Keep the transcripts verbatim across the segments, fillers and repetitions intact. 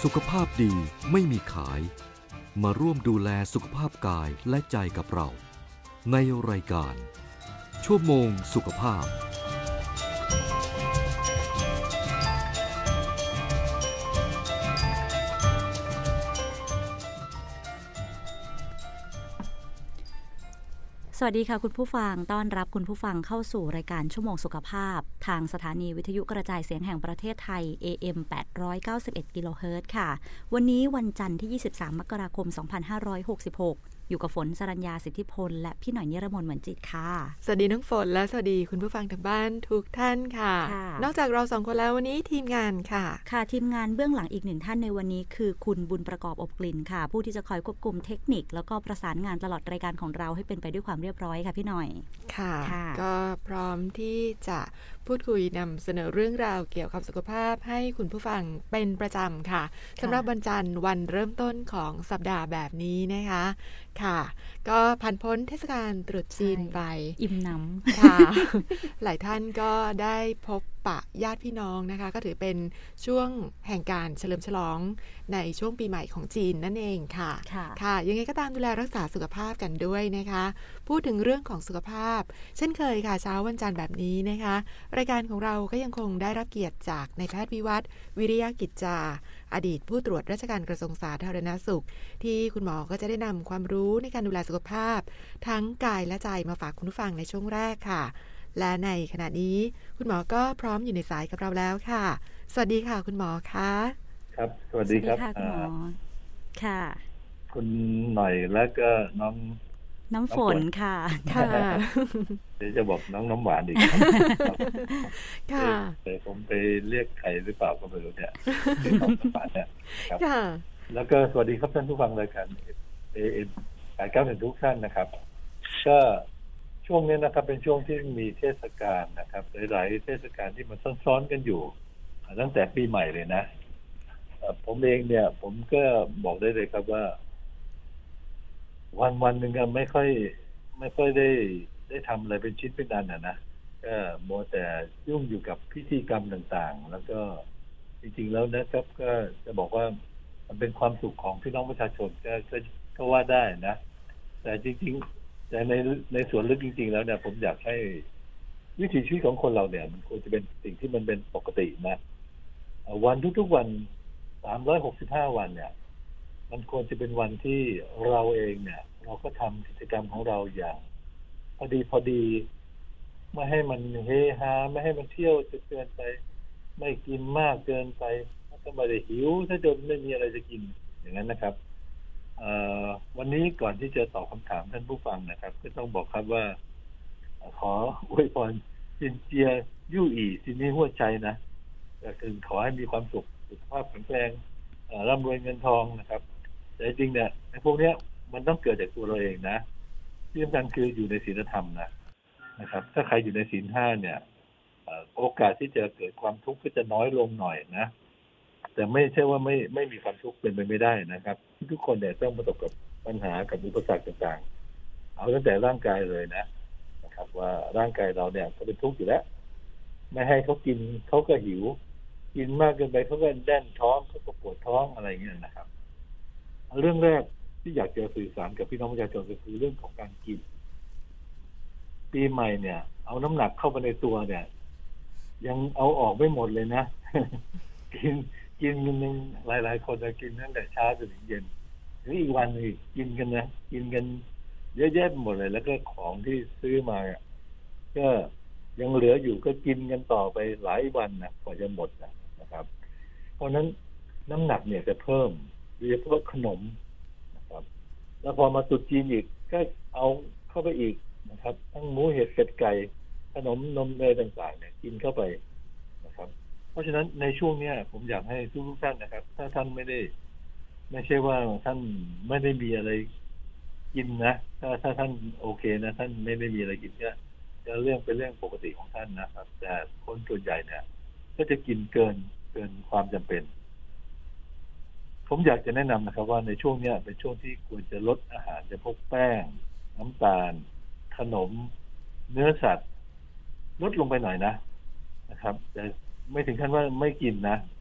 สุขภาพดีไม่มีขายมาร่วมดูแลสุขภาพกายและใจกับเราในรายการชั่วโมงสุขภาพสวัสดีค่ะคุณผู้ฟังต้อนรับคุณผู้ฟังเข้าสู่รายการชั่วโมงสุขภาพทางสถานีวิทยุกระจายเสียงแห่งประเทศไทย เอ เอ็ม แปดร้อยเก้าสิบเอ็ด กิโลเฮิรตซ์ค่ะวันนี้วันจันทร์ที่ยี่สิบสามมกราคมสองพันห้าร้อยหกสิบหกอยู่กับฝนสรัญญาสิทธิพลและพี่หน่อยนิรมนต์เหมือนจิตค่ะสวัสดีน้องฝนและสวัสดีคุณผู้ฟังทางบ้านทุกท่านค่ะนอกจากเราสองคนแล้ววันนี้ทีมงานค่ะค่ะทีมงานเบื้องหลังอีกหนึ่งท่านในวันนี้คือคุณบุญประกอบอบกลิ่นค่ะผู้ที่จะคอยควบคุมเทคนิคแล้วก็ประสานงานตลอดรายการของเราให้เป็นไปด้วยความเรียบร้อยค่ะพี่หน่อยค่ะก็พร้อมที่จะพูดคุยนำเสนอเรื่องราวเกี่ยวกับสุขภาพให้คุณผู้ฟังเป็นประจำค่ะสำหรับวันจันทร์วันเริ่มต้นของสัปดาห์แบบนี้นะคะค่ะก็ผ่านพ้นเทศกาลตรุษจีนไปอิ่มหนำค่ะ หลายท่านก็ได้พบปะญาติพี่น้องนะคะก็ถือเป็นช่วงแห่งการเฉลิมฉลองในช่วงปีใหม่ของจีนนั่นเองค่ะค่ะยังไงก็ตามดูแลรักษาสุขภาพกันด้วยนะคะพูดถึงเรื่องของสุขภาพเช่นเคยค่ะเช้าวันจันทร์แบบนี้นะคะรายการของเราก็ยังคงได้รับเกียรติจากนายแพทย์วิวัฒน์วิริยกิจจาอดีตผู้ตรวจราชการกระทรวงสาธารณสุขที่คุณหมอก็จะได้นำความรู้ในการดูแลสุขภาพทั้งกายและใจมาฝากคุณผู้ฟังในช่วงแรกค่ะและในขณะนี้คุณหมอก็พร้อมอยู่ในสายกับเราแล้วค่ะสวัสดีค่ะคุณหมอคะครับสวัสดีครับคุณหมอค่ะคุณหน่อยแล้วก็น้องน้ำฝนค่ะค่ะเดี๋ยวจะบอกน้องน้ำหวานอีกค่ะแต่ผมไปเรียกใครหรือเปล่าก็ไม่รู้เนี่ยน้องน้ำหวานเนี่ยครับแล้วก็สวัสดีครับท่านผู้ฟังรายการ เอ เอ็ม แปดเก้าหนึ่งทุกท่านนะครับก็ช่วงนี้นะครับเป็นช่วงที่มีเทศกาลนะครับหลายๆเทศกาลที่มันซ้อนๆกันอยู่ตั้งแต่ปีใหม่เลยนะผมเองเนี่ยผมก็บอกได้เลยครับว่าวันวันหนึ่งก็ไม่ค่อยไม่ค่อยได้ได้ทำอะไรเป็นชิ้นเป็นอันอ่ะนะก็มัวแต่ยุ่งอยู่กับพิธีกรรมต่างๆแล้วก็จริงๆแล้วนะครับก็จะบอกว่ามันเป็นความสุขของพี่น้องประชาชนก็ก็ว่าได้นะแต่จริงๆแต่ในในส่วนลึกจริงๆแล้วเนี่ยผมอยากให้วิถีชีวิตของคนเราเนี่ยมันควรจะเป็นสิ่งที่มันเป็นปกตินะวันทุกๆวันสามร้อยหกสิบห้าวันเนี่ยมันควรจะเป็นวันที่เราเองเนี่ยเราก็ทำกิจกรรมของเราอย่างพอดีพอดีไม่ให้มันเฮฮาไม่ให้มันเที่ยวจนเกินไปไม่กินมากเกินไปก็ไม่ได้หิวถ้าจนไม่มีอะไรจะกินอย่างนั้นนะครับวันนี้ก่อนที่จะตอบคำถามท่านผู้ฟังนะครับก็ต้องบอกครับว่าขออวยพรจินเจียยู่อีซินี่หัวใจนะก็คือขอให้มีความสุขสุขภาพแข็งแรงร่ำรวยเงินทองนะครับแต่จริงเนี่ยไอ้พวกเนี้ยมันต้องเกิดจากตัวเราเองนะที่สำคัญคืออยู่ในศีลธรรมนะนะครับถ้าใครอยู่ในศีลห้าเนี่ยโอกาสที่จะเกิดความทุกข์ก็จะน้อยลงหน่อยนะแต่ไม่ใช่ว่าไม่ไม่มีความทุกข์เป็นไปไม่ได้นะครับทุกคนเนี่ยต้องประสบกับปัญหากับอุปสรรคต่างๆเอาตั้งแต่ร่างกายเลยนะนะครับว่าร่างกายเราเนี่ยก็เป็นทุกข์อยู่แล้วไม่ให้เขากินเขาก็หิวกินมากเกินไปเขาก็แน่นท้องเขาก็ปวดท้องอะไรอย่างเงี้ยนะครับเรื่องแรกที่อยากจะสื่อสารกับพี่น้องประชาชนก็คือเรื่องของการกินปีใหม่เนี่ยเอาน้ำหนักเข้าไปในตัวเนี่ยยังเอาออกไม่หมดเลยนะ กินกินกันหลายๆคนจะกินตั้งแต่เช้าจนถึงเย็นหรืออีกวันนึงกินกันนะกินกันเยอะแยะหมดเลยแล้วก็ของที่ซื้อมาก็ยังเหลืออยู่ก็กินกันต่อไปหลายวันนะกว่าจะหมดนะนะครับเพราะนั้นน้ำหนักเนี่ยจะเพิ่มโดยเฉพาะขนมนะครับแล้วพอมาตรุษจีนอีกก็เอาเข้าไปอีกนะครับทั้งหมูเห็ดเป็ดไก่ขนมนมเนยต่างๆเนี่ยกินเข้าไปนะครับเพราะฉะนั้นในช่วงนี้ผมอยากให้ทุกท่านนะครับถ้าท่านไม่ได้ไม่ใช่ว่าท่านไม่ได้มีอะไรกินนะถ้าถ้าท่านโอเคนะท่านไม่ได้มีอะไรกินก็จะเรื่องเป็นเรื่องปกติของท่านนะครับแต่คนส่วนใหญ่เนี่ยก็จะกินเกินเกินความจำเป็นผมอยากจะแนะนำนะครับว่าในช่วงนี้เป็นช่วงที่ควรจะลดอาหารจำพวกแป้งน้ำตาลขนมเนื้อสัตว์ลดลงไปหน่อยนะนะครับแต่ไม่ถึงขั้นว่าไม่กินนะ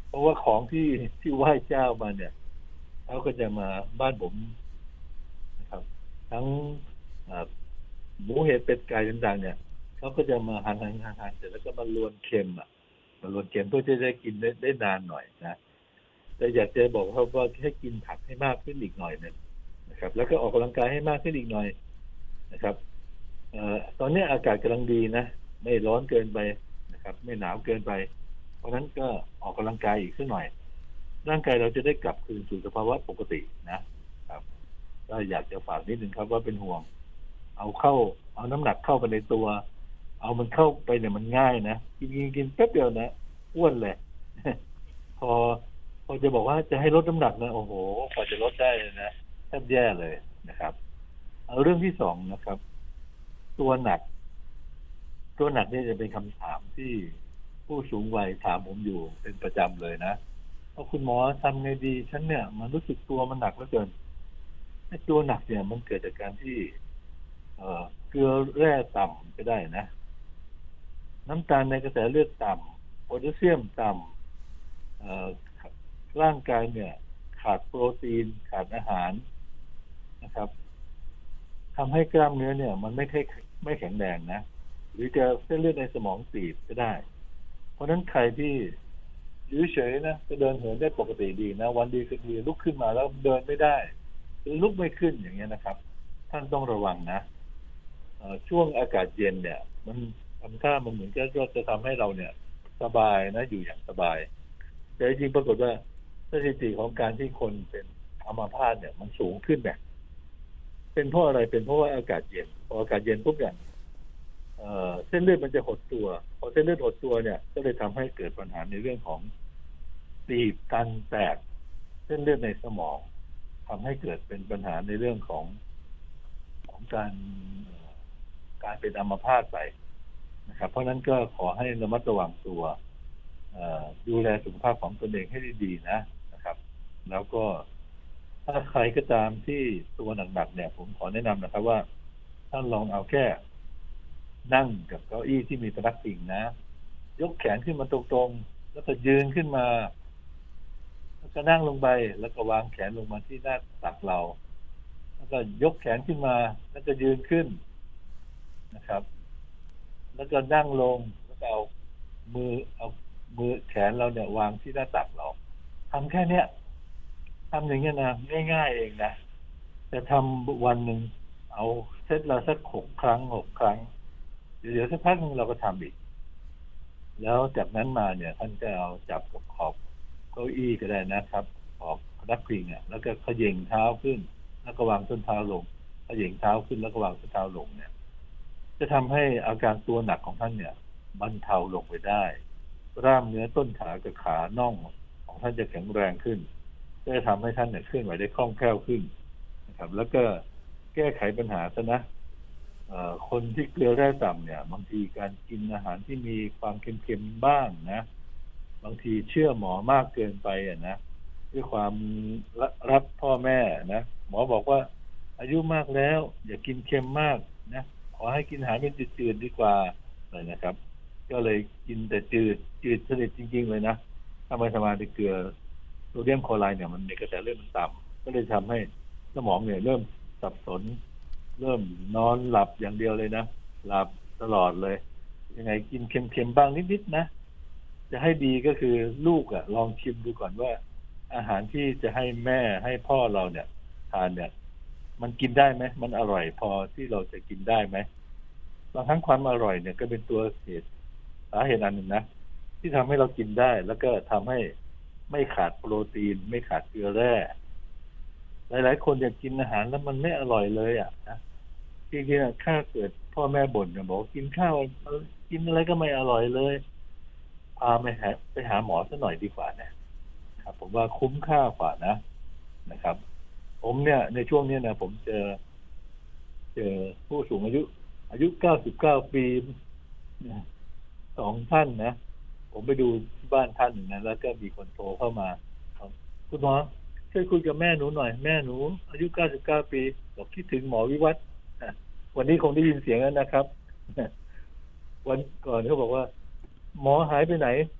เพราะว่าของที่ที่ไหว้เจ้ามาเนี่ยเขาก็จะมาบ้านผมนะครับทั้งหมูเห็ดเป็ดไก่ต่างๆเนี่ยเขาก็จะมาหั่นหั่นหั่นหั่นเสร็จแล้วก็มาลวนเค็มอ่ะมาลวนเค็มเพื่อจะได้กินได้ได้นานหน่อยนะแต่อยากจะบอกเขาว่าให้กินผักให้มากขึ้นอีกหน่อยนึงนะครับแล้วก็ออกกำลังกายให้มากขึ้นอีกหน่อยนะครับเอ่อตอนนี้อากาศกำลังดีนะไม่ร้อนเกินไปนะครับไม่หนาวเกินไปเพราะนั้นก็ออกกำลังกายอีกสักหน่อยร่างกายเราจะได้กลับคืนสู่สภาวะปกตินะครับก็อยากจะฝากนิดนึงครับว่าเป็นห่วงเอาเข้าเอาน้ำหนักเข้าไปในตัวเอามันเข้าไปเนี่ยมันง่ายนะกินกินกินแป๊บเดียวนะอ้วนเลย พอพอจะบอกว่าจะให้ลดน้ำหนักนะโอ้โหกว่าจะลดได้เลยนะแทบแย่เลยนะครับเอาเรื่องที่สองนะครับ ตัวหนักตัวหนักนี่จะเป็นคำถามที่ผู้สูงวัยถามผมอยู่เป็นประจำเลยนะว่าคุณหมอทำไงดีฉันเนี่ยมันรู้สึกตัวมันหนักเหลือเกินไอ้ตัวหนักเนี่ยมันเกิดจากการที่เอ่อเกลือแร่ต่ำก็ได้นะน้ำตาลในกระแสเลือดต่ำโพแทสเซียมต่ำเอ่อร่างกายเนี่ยขาดโปรตีนขาดอาหารนะครับทำให้กล้ามเนื้อเนี่ยมันไม่ค่อยไม่แข็งแรงนะหรือจะเส้นเลือดในสมองตีบก็ได้เพราะฉะนั้นใครที่อยู่เฉยนะจะเดินเหินได้ปกติดีนะวันดีคืนดีลุกขึ้นมาแล้วเดินไม่ได้หรือลุกไม่ขึ้นอย่างเงี้ยนะครับท่านต้องระวังนะช่วงอากาศเย็นเนี่ยมันทำท่ามันเหมือนกับจะทำให้เราเนี่ยสบายนะอยู่อย่างสบายแต่จริงปรากฏว่าสถิติของการที่คนเป็นอัมพาตเนี่ยมันสูงขึ้นเนี่ยเป็นเพราะอะไรเป็นเพราะว่าอากาศเย็นพออากาศเย็นปุ๊บเนี่ยเส้นเลือดมันจะหดตัวพอเส้นเลือดหดตัวเนี่ยก็เลยทำให้เกิดปัญหาในเรื่องของตีบตันแตกเส้นเลือดในสมองทำให้เกิดเป็นปัญหาในเรื่องของของการการเป็นอัมพาตไปนะครับเพราะนั้นก็ขอให้ระมัดระวังตัวดูแลสุขภาพของตนเองให้ดีๆนะนะครับแล้วก็ถ้าใครก็ตามที่ตัวหนักๆเนี่ยผมขอแนะนำนะครับว่าท่านลองเอาแค่นั่งกับเก้าอี้ที่มีตะลักพิงนะยกแขนขึ้นมาตรงๆแล้วก็ยืนขึ้นมาแล้วก็นั่งลงไปแล้วก็วางแขนลงมาที่หน้าตักเราแล้วก็ยกแขนขึ้นมาแล้วก็ยืนขึ้นนะครับแล้วก็นั่งลงแล้วก็เอามือเอามือแขนเราเนี่ยวางที่หน้าตักเราทำแค่เนี้ยทำอย่างเงี้ยนะง่ายๆเองนะแต่ทำวันหนึ่งเอาเซตเราสักหกครั้งหกครั้งเดี๋ยวสักพักนึงเราก็ทำอีกแล้วจากนั้นมาเนี่ยท่านจะเอาจับกับขอบเก้าอี้ก็ได้นะครับขอบรักพิงอ่ะแล้วก็เขย่งเท้าขึ้นแล้วก็วางส้นเท้าลงเขย่งเท้าขึ้นแล้วก็วางส้นเท้าลงเนี่ยจะทำให้อาการตัวหนักของท่านเนี่ยบรรเทาลงไปได้กล้ามเนื้อต้นขากับขาน่องของท่านจะแข็งแรงขึ้นจะทำให้ท่านเนี่ยเคลื่อนไหวได้คล่องแคล่วขึ้นนะครับแล้วก็แก้ไขปัญหาซะนะคนที่เกลือแร่ต่ำเนี่ยบางทีการกินอาหารที่มีความเค็มๆบ้างนะบางทีเชื่อหมอมากเกินไปอ่ะนะด้วยความรักพ่อแม่นะหมอบอกว่าอายุมากแล้วอย่ากินเค็มมากนะขอให้กินอาหารเป็นจืดๆดีกว่าเลยนะครับก็เลยกินแต่จืดจืดสนิทจริงๆเลยนะถ้าไม่ทำงานด้วยเกลือโซเดียมคลอไรด์เนี่ยมันในกระแสเลือดมันต่ำก็เลยทำให้สมองเนี่ยเริ่มสับสนเริ่มนอนหลับอย่างเดียวเลยนะหลับตลอดเลยยังไงกินเค็มๆบ้างนิดๆนะจะให้ดีก็คือลูกอ่ะลองชิมดูก่อนว่าอาหารที่จะให้แม่ให้พ่อเราเนี่ยทานเนี่ยมันกินได้ไหมมันอร่อยพอที่เราจะกินได้ไหมบางครั้งความอร่อยเนี่ยก็เป็นตัวเหตุสาเหตุอันหนึ่งนะที่ทำให้เรากินได้แล้วก็ทำให้ไม่ขาดโปรตีนไม่ขาดเกลือแร่หลายๆคนอยากกินอาหารแล้วมันไม่อร่อยเลยอ่ะนะจริงๆถ้าเกิดพ่อแม่บ่นเนี่ยบอกกินข้าวกินอะไรก็ไม่อร่อยเลยพาไปหาไปหาหมอซะหน่อยดีกว่านะครับผมว่าคุ้มค่ากว่านะนะครับผมเนี่ยในช่วงนี้นะผมเจอเจอผู้สูงอายุอายุเก้าสิบเก้าปีสองท่านนะผมไปดูที่บ้านท่านหนึ่งนะแล้วก็มีคนโทรเข้ามาคุณหมอช่วยคุยกับแม่หนูหน่อยแม่หนูอายุเก้าสิบเก้าปีบอกคิดถึงหมอวิวัฒน์วันนี้คงได้ยินเสียงแล้วนะครับวันก่อนเขาบอกว่าหมอหายไปไหน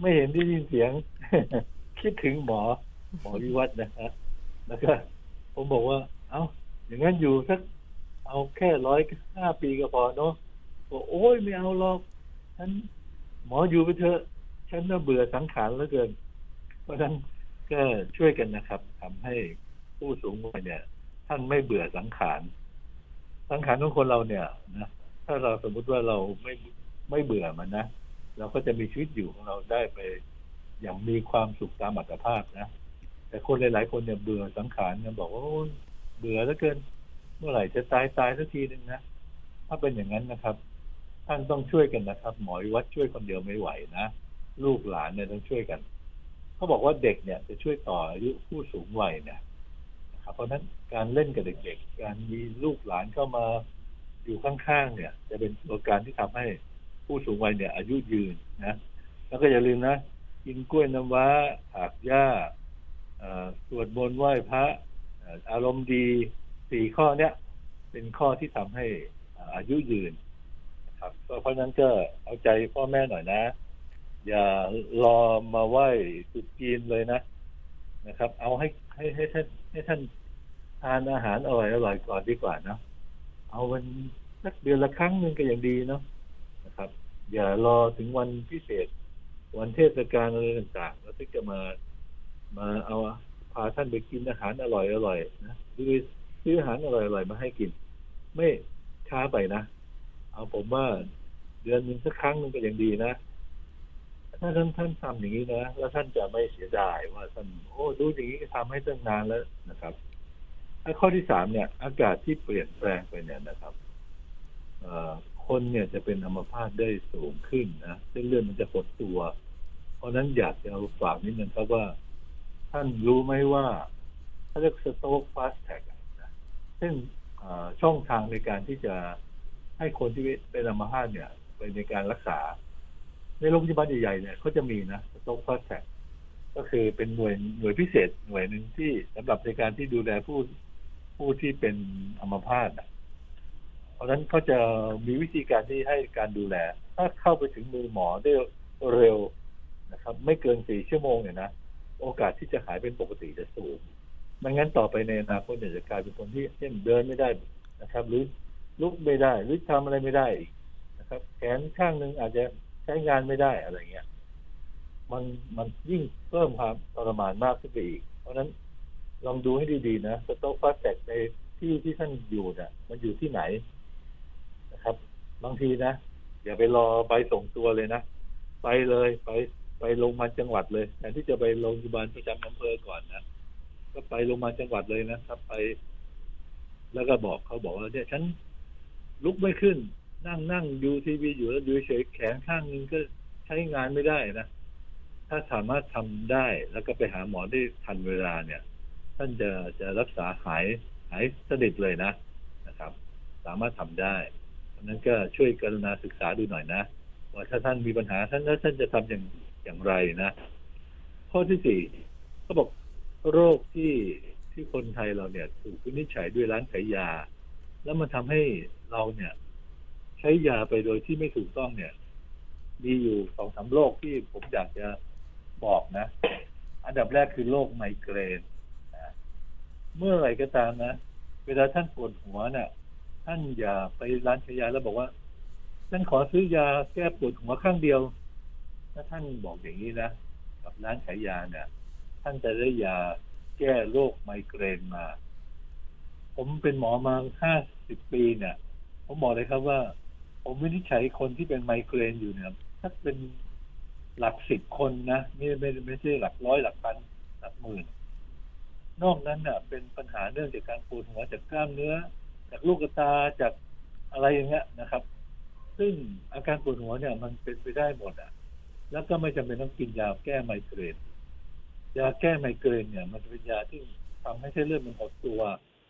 ไม่เห็นได้ยินเสียง คิดถึงหมอหมอวิวัฒน์นะฮะแล้วก็ผมบอกว่าเอ้าอย่างนั้นอยู่สักเอาแค่ร้อยห้าปีก็พอเนาะบอกโอ้ยไม่เอาหรอกฉันหมออยู่ไปเถอะฉันน่ะเบื่อสังขารเหลือเกินเพราะฉะนั้นก็ช่วยกันนะครับทำให้ผู้สูงวัยเนี่ยท่านไม่เบื่อสังขารสังขารของคนเราเนี่ยนะถ้าเราสมมุติว่าเราไม่ไม่เบื่อมันนะเราก็จะมีชีวิตอยู่ของเราได้ไปอย่างมีความสุขตามอัตภาพนะแต่คนหลายๆคนเนี่ยเบื่อสังขารเนี่ยบอกว่าเบื่อเหลือเกินเมื่อไหร่จะตายตายสักทีนึงนะถ้าเป็นอย่างนั้นนะครับท่านต้องช่วยกันนะครับหมอวิวัฒน์ช่วยคนเดียวไม่ไหวนะลูกหลานเนี่ยต้องช่วยกันเขาบอกว่าเด็กเนี่ยจะช่วยต่ออายุผู้สูงวัยเนี่ยนะครับเพราะนั้นการเล่นกับเด็กๆการมีลูกหลานเข้ามาอยู่ข้างๆเนี่ยจะเป็นตัวการที่ทำให้ผู้สูงวัยเนี่ยอายุยืนนะแล้วก็อย่าลืมนะกินกล้วยน้ำว้าถากหญ้าสวดมนต์ไหว้พระอารมณ์ดีสี่ข้อเนี้ยเป็นข้อที่ทำให้อายุยืนครับเพราะนั้นก็เอาใจพ่อแม่หน่อยนะอย่ารอมาไหว้ตรุษจีนเลยนะนะครับเอาให้ให้ให้ท่านให้ท่านทานอาหารอร่อยอร่อยก่อนดีกว่านะเอาวันสักเดือนละครั้งนึงก็ยังดีเนาะนะครับอย่ารอถึงวันพิเศษวันเทศกาลอะไรต่างๆแล้วถึงจะมามาเอาพาท่านไปกินอาหารอร่อยอร่อยนะหรือซื้ออาหารอร่อยอร่อยมาให้กินไม่ช้าไปนะเอาผมว่าเดือนนึงสักครั้งนึงก็ยังดีนะถ้าท่านท่านทำอย่างนี้นะแล้วท่านจะไม่เสียดายว่าท่านโอ้ดูอย่างนี้ก็ทำให้ตั้งนานแล้วนะครับข้อที่สามเนี่ยอากาศที่เปลี่ยนแปลงไปเนี่ยนะครับคนเนี่ยจะเป็นอัมพาตได้สูงขึ้นนะเส้นเลือดมันจะหดตัวเพราะนั้นอยากจะเอาฝากนิดนึงครับว่าท่านรู้ไหมว่าถ้าเรียกสโตรกฟาสต์แท็กนะซึ่งช่องทางในการที่จะให้คนที่เป็นอัมพาตเนี่ยไปในการรักษาในโรงพยาบาลใหญ่ๆเนี่ยเขาจะมีนะสโตรกฟาสต์แท็กก็คือเป็นหน่วยหน่วยพิเศษหน่วยหนึ่งที่สำหรับในการที่ดูแลผู้ผู้ที่เป็นอัมพาตนะเพราะฉะนั้นเขาจะมีวิธีการที่ให้การดูแลถ้าเข้าไปถึงมือหมอได้เร็วนะครับไม่เกินสี่ชั่วโมงเนี่ยนะโอกาสที่จะหายเป็นปกติจะสูงไม่งั้นต่อไปในอนาคตเนี่ยจะกลายเป็นคนที่เช่นเดินไม่ได้นะครับหรือลุกไม่ได้หรือทำอะไรไม่ได้อีกนะครับแขนข้างนึงอาจจะใช้งานไม่ได้อะไรเงี้ยมันมันยิ่งเพิ่มความทรมานมากขึ้นไปอีกเพราะฉะนั้นลองดูให้ดีๆนะสโตรกฟาสต์แท็กในที่ที่ท่านอยู่เนี่ยมันอยู่ที่ไหนนะครับบางทีนะอย่าไปรอใบส่งตัวเลยนะไปเลยไปไปโรงพยาบาลจังหวัดเลยแทนที่จะไปโรงพยาบาลประจำอำเภอก่อนนะก็ไปโรงพยาบาลจังหวัดเลยนะครับไปแล้วก็บอกเขาบอกว่าเนี่ยฉันลุกไม่ขึ้นนั่งนั่งดูทีวีอยู่แล้วดูเฉยแขนข้างนึงก็ใช้งานไม่ได้นะถ้าสามารถทำได้แล้วก็ไปหาหมอได้ทันเวลาเนี่ยท่านจะจะรักษาหายหายสนิทเลยนะนะครับสามารถทำได้เพราะนั้นก็ช่วยกรุณาศึกษาดูหน่อยนะว่าถ้าท่านมีปัญหาท่านท่านจะทำอย่างอย่างไรนะข้อที่สี่เขาบอกโรคที่ที่คนไทยเราเนี่ยถูกวินิจฉัยด้วยร้านขายยาแล้วมันทำให้เราเนี่ยใช้ยาไปโดยที่ไม่ถูกต้องเนี่ยมีอยู่สองสามโรคที่ผมอยากจะบอกนะอันดับแรกคือโรคไมเกรนนะเมื่อไหร่ก็ตามนะเวลาท่านปวดหัวเนี่ยท่านอย่าไปร้านขายยาแล้วบอกว่าท่านขอซื้อยาแก้ปวดหัวข้างเดียวถ้าท่านบอกอย่างนี้นะกับร้านขายยาเนี่ยท่านจะได้ยาแก้โรคไมเกรนมาผมเป็นหมอมาห้าสิบปีเนี่ยผมบอกเลยครับว่าผมวินิจฉัยคนที่เป็นไมเกรนอยู่เนี่ยถ้าเป็นหลักสิบคนนะไม่ไม่ไม่ใช่หลักร้อยหลักพันหลักหมื่นนอกนั้นน่ะเป็นปัญหาเรื่องจากการปวดหัวจากกล้ามเนื้อจากลูกตาจากอะไรอย่างเงี้ยนะครับซึ่งอาการปวดหัวเนี่ยมันเป็นไปได้หมดอ่ะแล้วก็ไม่จำเป็นต้องกินยาแก้ไมเกรนยาแก้ไมเกรนเนี่ยมันเป็นยาที่ทำให้เส้นเลือดมันหดตัว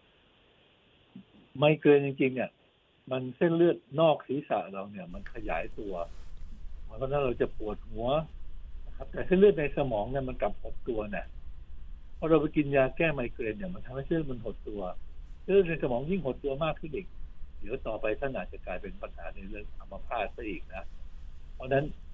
ไมเกรนจริงๆเนี่ยมันเส้นเลือดนอกศีรษะเราเนี่ยมันขยายตัวเพราะฉะนั้นเราจะปวดหัวนะครับแต่เส้นเลือดในสมองเนี่ยมันกลับหดตัวเนี่ยพอเราไปกินยาแก้ไมเกรนเนี่ยมันทำให้เส้นเลือดมันหดตัวเส้นเลือดในสมองยิ่งหดตัวมากขึ้นอีกเดี๋ยวต่อไปท่านอาจจะกลายเป็นปัญหาในเรื่องอัมพาตซะอีกนะเพราะฉะนั้น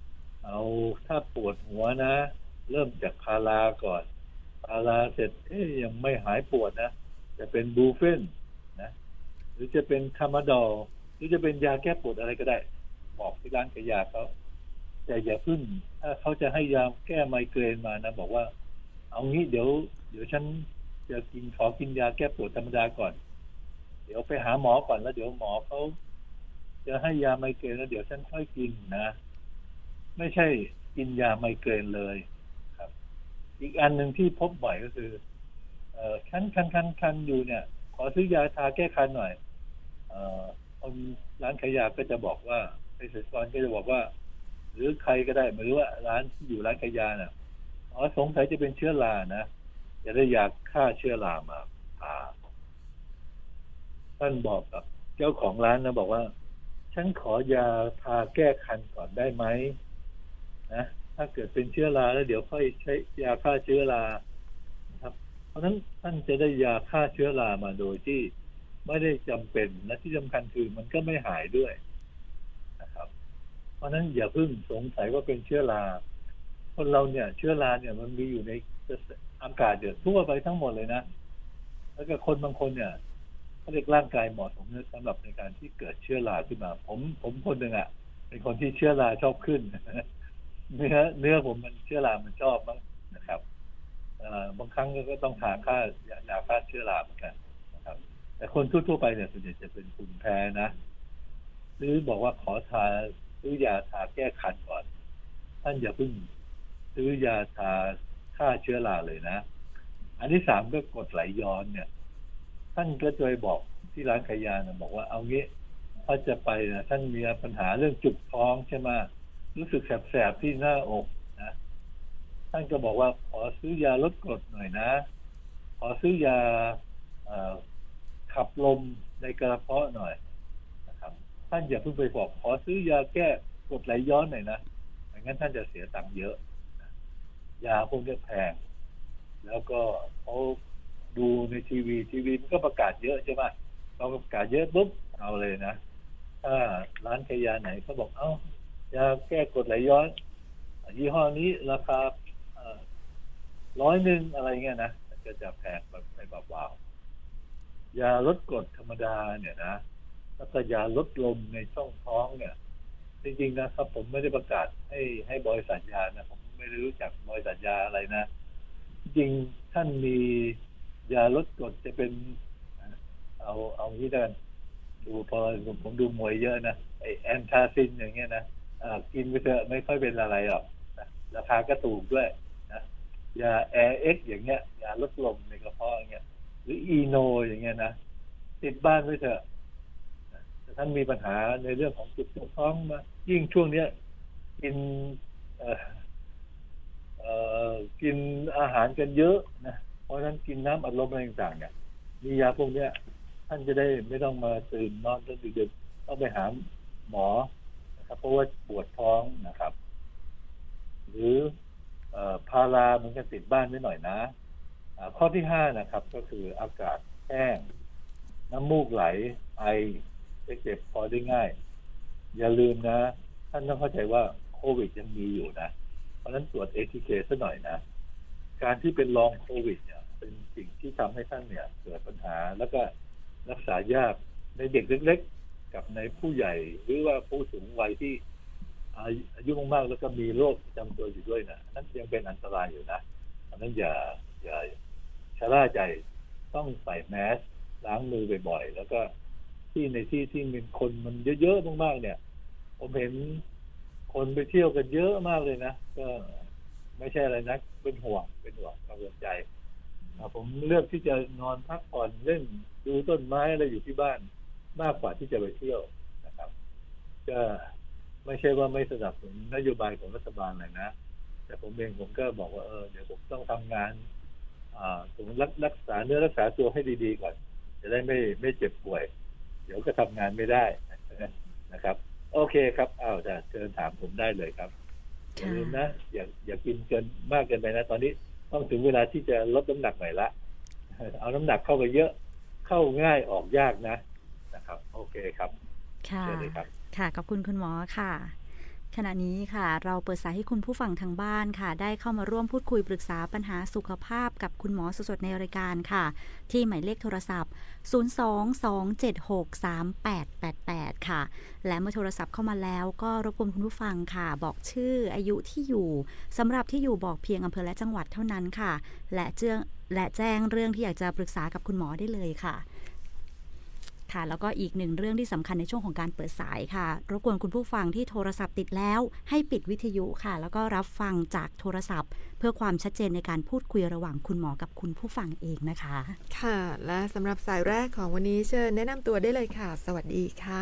เอาถ้าปวดหัวนะเริ่มจากพาราก่อนพาราเสร็จเอ๊ยยังไม่หายปวดนะจะเป็นบูเฟนนะหรือจะเป็นทามาดอลหรือจะเป็นยาแก้ปวดอะไรก็ได้บอกที่ร้านขายยาเขาแต่อย่าพึ่งถ้าเขาจะให้ยาแก้ไมเกรนมานะบอกว่าเอางี้เดี๋ยวเดี๋ยวฉันจะกินขอกินยาแก้ปวดธรรมดาก่อนเดี๋ยวไปหาหมอก่อนแล้วเดี๋ยวหมอเขาจะให้ยาไมเกรนแล้วเดี๋ยวฉันค่อยกินนะไม่ใช่กินยาไมเกรนเลยครับอีกอันหนึ่งที่พบบ่อยก็คือเอ่อคันคันคันคันอยู่เนี่ยขอซื้อยาทาแก้คันหน่อยเอ่อคนร้านขายยาก็จะบอกว่าเภสัชกรก็จะบอกว่าหรือใครก็ได้ไม่รู้ว่าร้านที่อยู่ร้านขายยาน่ะอ๋อสงสัยจะเป็นเชื้อรานะจะได้ยาฆ่าเชื้อรามาทาท่านบอกกับเจ้าของร้านนะบอกว่าฉันขอยาทาแก้คันก่อนได้ไหมนะถ้าเกิดเป็นเชื้อราแล้วเดี๋ยวค่อยใช้ยาฆ่าเชื้อราครับเพราะฉะนั้นท่านจะได้ยาฆ่าเชื้อรามาโดยที่ไม่ได้จำเป็นและที่สำคัญคือมันก็ไม่หายด้วยนะครับเพราะฉะนั้นอย่าเพิ่งสงสัยว่าเป็นเชื้อราคนเราเนี่ยเชื้อราเนี่ยมันมีอยู่ในอากาศเดือดทั่วไปทั้งหมดเลยนะแล้วก็คนบางคนเนี่ยเขาเรียกร่างกายเหมาะสมสำหรับในการที่เกิดเชื้อราขึ้นมาผมผมคนหนึ่งอ่ะเป็นคนที่เชื้อราชอบขึ้นเนื้อเนื้อผมมันเชื้อรามันชอบมั้งนะครับบางครั้งก็ต้องทาฆ่ายาฆ่าเชื้อราเหมือนกันนะครับแต่คนทั่วๆไปเนี่ยส่วนใหญ่จะเป็นภูมิแพ้นะหรือบอกว่าขอทาซื้อยาทาแก้คันก่อนท่านอย่าเพิ่งซื้อยาทาฆ่าเชื้อราเลยนะอันที่สามก็กรดไหลย้อนเนี่ยท่านก็เคยบอกที่ร้านขายยานะบอกว่าเอางี้ถ้าจะไปนะท่านมีปัญหาเรื่องจุกท้องใช่ไหมรู้สึกแสบๆที่หน้าอกนะท่านก็บอกว่าขอซื้อยาลดกรดหน่อยนะขอซื้อยาขับลมในกระเพาะหน่อยนะครับท่านอย่าเพิ่งไปบอกขอซื้อยาแก้กรดไหลย้อนหน่อยนะไม่งั้นท่านจะเสียตังค์เยอะยาพวกนี้แพงแล้วก็เขาดูในทีวีทีวีมันก็ประกาศเยอะใช่ไหมเราประกาศเยอะปุ๊บเอาเลยนะถ้าร้านขายยาไหนเขาบอกเอ้ายาแก้กรดไหลย้อนยี่ห้อนี้ราคาร้อยหนึ่งอะไรเงี้ยนะก็จะแพงแบบไม่เบาๆยาลดกรดธรรมดาเนี่ยนะแล้วก็ยาลดลมในช่องท้องเนี่ยจริงๆนะครับผมไม่ได้ประกาศให้ให้บริษัทยานะผมไม่รู้จักบริษัทยาอะไรนะจริงท่านมียาลดกรดจะเป็นเอาเอาที่เดินดูพอผมดูมวยเยอะนะไอแอนทาซินอย่างเงี้ยนะกินไปเถอะไม่ค่อยเป็นอะไรหรอกนะราคาก็ถูกด้วยนะยาแอร์เอ็กอย่างเงี้ยยาลดลมในกระเพาะอย่างเงี้ยหรืออีโนอย่างเงี้ยนะติดบ้านไว้เถอะแต่ท่านมีปัญหาในเรื่องของจุกท้องมายิ่งช่วงเนี้ยกินเอ่อเอ่อกินอาหารกันเยอะนะเพราะฉะนั้นกินน้ำอัดลมอะไรต่างๆเนี่ยมียาพวกเนี้ยท่านจะได้ไม่ต้องมาตื่นนอนจนดึกๆต้องไปหาหมอนะครับเพราะว่าปวดท้องนะครับหรือเอ่อพารามันก็ติดบ้านนิดหน่อยนะข้อที่ห้านะครับก็คืออากาศแห้งน้ำมูกไหลไอเจ็บคอได้ง่ายอย่าลืมนะท่านต้องเข้าใจว่าโควิดยังมีอยู่นะเพราะฉะนั้นตรวจ เอ ที เค ซะหน่อยนะการที่เป็นลองโควิดเนี่ยเป็นสิ่งที่ทำให้ท่านเนี่ยเกิดปัญหาแล้วก็รักษายากในเด็กเล็กๆกับในผู้ใหญ่หรือว่าผู้สูงวัยที่อายุมากๆแล้วก็มีโรคประจำตัวอยู่ด้วยนะนั่นยังเป็นอันตรายอยู่นะเพราะฉะนั้นอย่าอย่าชะล่าใจต้องใส่แมสล้างมือบ่อยๆแล้วก็ที่ในที่ที่มีคนมันเยอะๆมากๆเนี่ยผมเห็นคนไปเที่ยวกันเยอะมากเลยนะก็ไม่ใช่อะไรนะเป็นห่วงเป็นห่วงกังวลใจผมเลือกที่จะนอนพักผ่อนเล่นดูต้นไม้อะไรอยู่ที่บ้านมากกว่าที่จะไปเที่ยวนะครับก็ไม่ใช่ว่าไม่สนับสนุนนโยบายของรัฐบาลเลยนะแต่ผมเองผมก็บอกว่าเออเดี๋ยวผมต้องทำงานผมรักรักษาเนื้อรักษาตัวให้ดีๆก่อนจะได้ไม่ไม่เจ็บป่วยเดี๋ยวก็ทำงานไม่ได้นะครับโอเคครับอ้าวจะเชิญถามผมได้เลยครับอย่าลืมนะอย่าอย่ากินเกินมากเกินไปนะตอนนี้ต้องถึงเวลาที่จะลดน้ำหนักหน่อยละเอาน้ำหนักเข้าไปเยอะเข้าง่ายออกยากนะนะครับโอเคครับค่ะค่ะขอบคุณคุณหมอค่ะขณะนี้ค่ะเราเปิดสายให้คุณผู้ฟังทางบ้านค่ะได้เข้ามาร่วมพูดคุยปรึกษาปัญหาสุขภาพกับคุณหมอสดๆในรายการค่ะที่หมายเลขโทรศัพท์ศูนย์ สอง สอง เจ็ด หก สาม แปด แปด แปดค่ะและเมื่อโทรศัพท์เข้ามาแล้วก็รบกวนคุณผู้ฟังค่ะบอกชื่ออายุที่อยู่สำหรับที่อยู่บอกเพียงอำเภอและจังหวัดเท่านั้นค่ะและเจื้องและแจ้งเรื่องที่อยากจะปรึกษากับคุณหมอได้เลยค่ะค่ะแล้วก็อีกหนึ่งเรื่องที่สำคัญในช่วงของการเปิดสายค่ะรบกวนคุณผู้ฟังที่โทรศัพท์ติดแล้วให้ปิดวิทยุค่ะแล้วก็รับฟังจากโทรศัพท์เพื่อความชัดเจนในการพูดคุยระหว่างคุณหมอกับคุณผู้ฟังเองนะคะค่ะและสำหรับสายแรกของวันนี้เชิญแนะนำตัวได้เลยค่ะสวัสดีค่ะ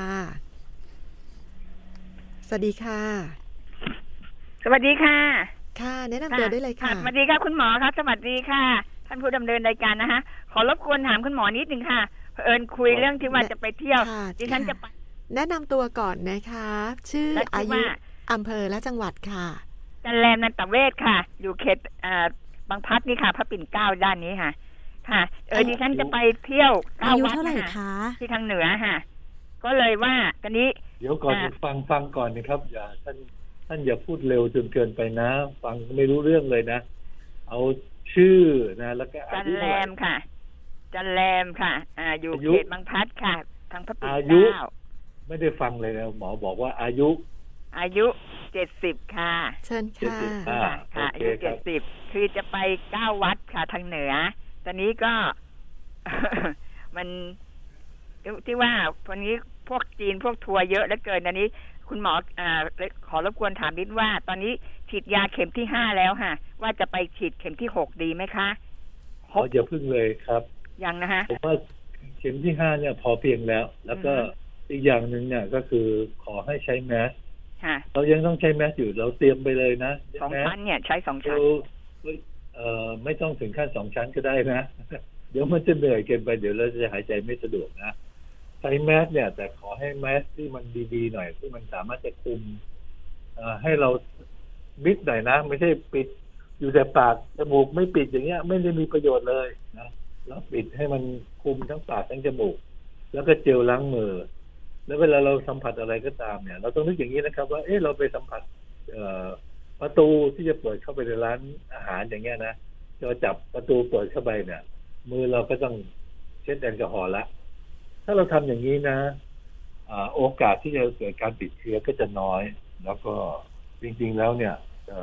สวัสดีค่ะสวัสดีค่ะค่ะแนะนำตัวได้เลยค่ะสวัสดีค่ะคุณหมอครับสวัสดีค่ะท่านผู้ดำเนินรายการนะคะขอรบกวนถามคุณหมอนิดนึงค่ะเผอิญคุยเรื่องที่ว่าจะไปเที่ยวดิฉันจะไปแนะนำตัวก่อนนะคะชื่ออายุอำเภอและจังหวัดค่ะจันแรมนันตเวศค่ะอยู่เขตบางพลัดนี่ค่ะพระปิ่นเกล้าด้านนี้ค่ะค่ะเออดิฉันจะไปเที่ยวเก้าวัดค่ะที่ทางเหนือค่ะก็เลยว่าตอนนี้เดี๋ยวก่อนฟังฟังก่อนนะครับอย่าท่านท่านอย่าพูดเร็วจนเกินไปนะฟังไม่รู้เรื่องเลยนะเอาชื่อนะแล้วก็จันแรมค่ะจันแรมค่ะอ่าอยู่เขตบางพลัดค่ะทางพระปิ่นเกล้าไม่ได้ฟังเลยนะหมอบอกว่าอายุอายุเจ็ดสิบค่ะเชิญค่ะค่ะอายุเจ็ดสิบคือจะไปเก้าวัดค่ะทางเหนือตอนนี้ก็ มันที่ว่าวันนี้พวกจีนพวกทัวร์เยอะเหลือเกินอันนี้คุณหมออ่าขอรบกวนถามนิดว่าตอนนี้ฉีดยาเข็มที่ห้าแล้วค่ะว่าจะไปฉีดเข็มที่หกดีไหมคะเขาอย่าพึ่งเลยครับยังนะฮะผมว่าเข็มที่ห้าเนี่ยพอเพียงแล้วแล้วก็อีกอย่างหนึ่งเนี่ยก็คือขอให้ใช้แมสเรายังต้องใช้แมสอยู่เราเตรียมไปเลยนะสองชั้นเนี่ยใช้สองชั้นเอ่อไม่ต้องถึงขั้นสองชั้นก็ได้นะเดี๋ยวมันจะเหนื่อยเกินไปเดี๋ยวเราจะหายใจไม่สะดวกนะใช้แมสเนี่ยแต่ขอให้แมสที่มันดีๆหน่อยที่มันสามารถจะคุมให้เรามิดหน่อยนะไม่ใช่ปิดอยู่แต่ปากจมูกไม่ปิดอย่างเงี้ยไม่ได้มีประโยชน์เลยนะแล้วปิดให้มันคุมทั้งปากทั้งจมูกแล้วก็เจลล้างมือแล้วเวลาเราสัมผัสอะไรก็ตามเนี่ยเราต้องนึกอย่างนี้นะครับว่าเออเราไปสัมผัสประตูที่จะเปิดเข้าไปในร้านอาหารอย่างเงี้ยนะจะจับประตูเปิดเข้าไปเนี่ยมือเราก็ต้องเช็ดแอลกอฮอล์ละถ้าเราทำอย่างนี้นะโอกาสที่จะเกิดการติดเชื้อก็จะน้อยแล้วก็จริงๆแล้วเนี่ย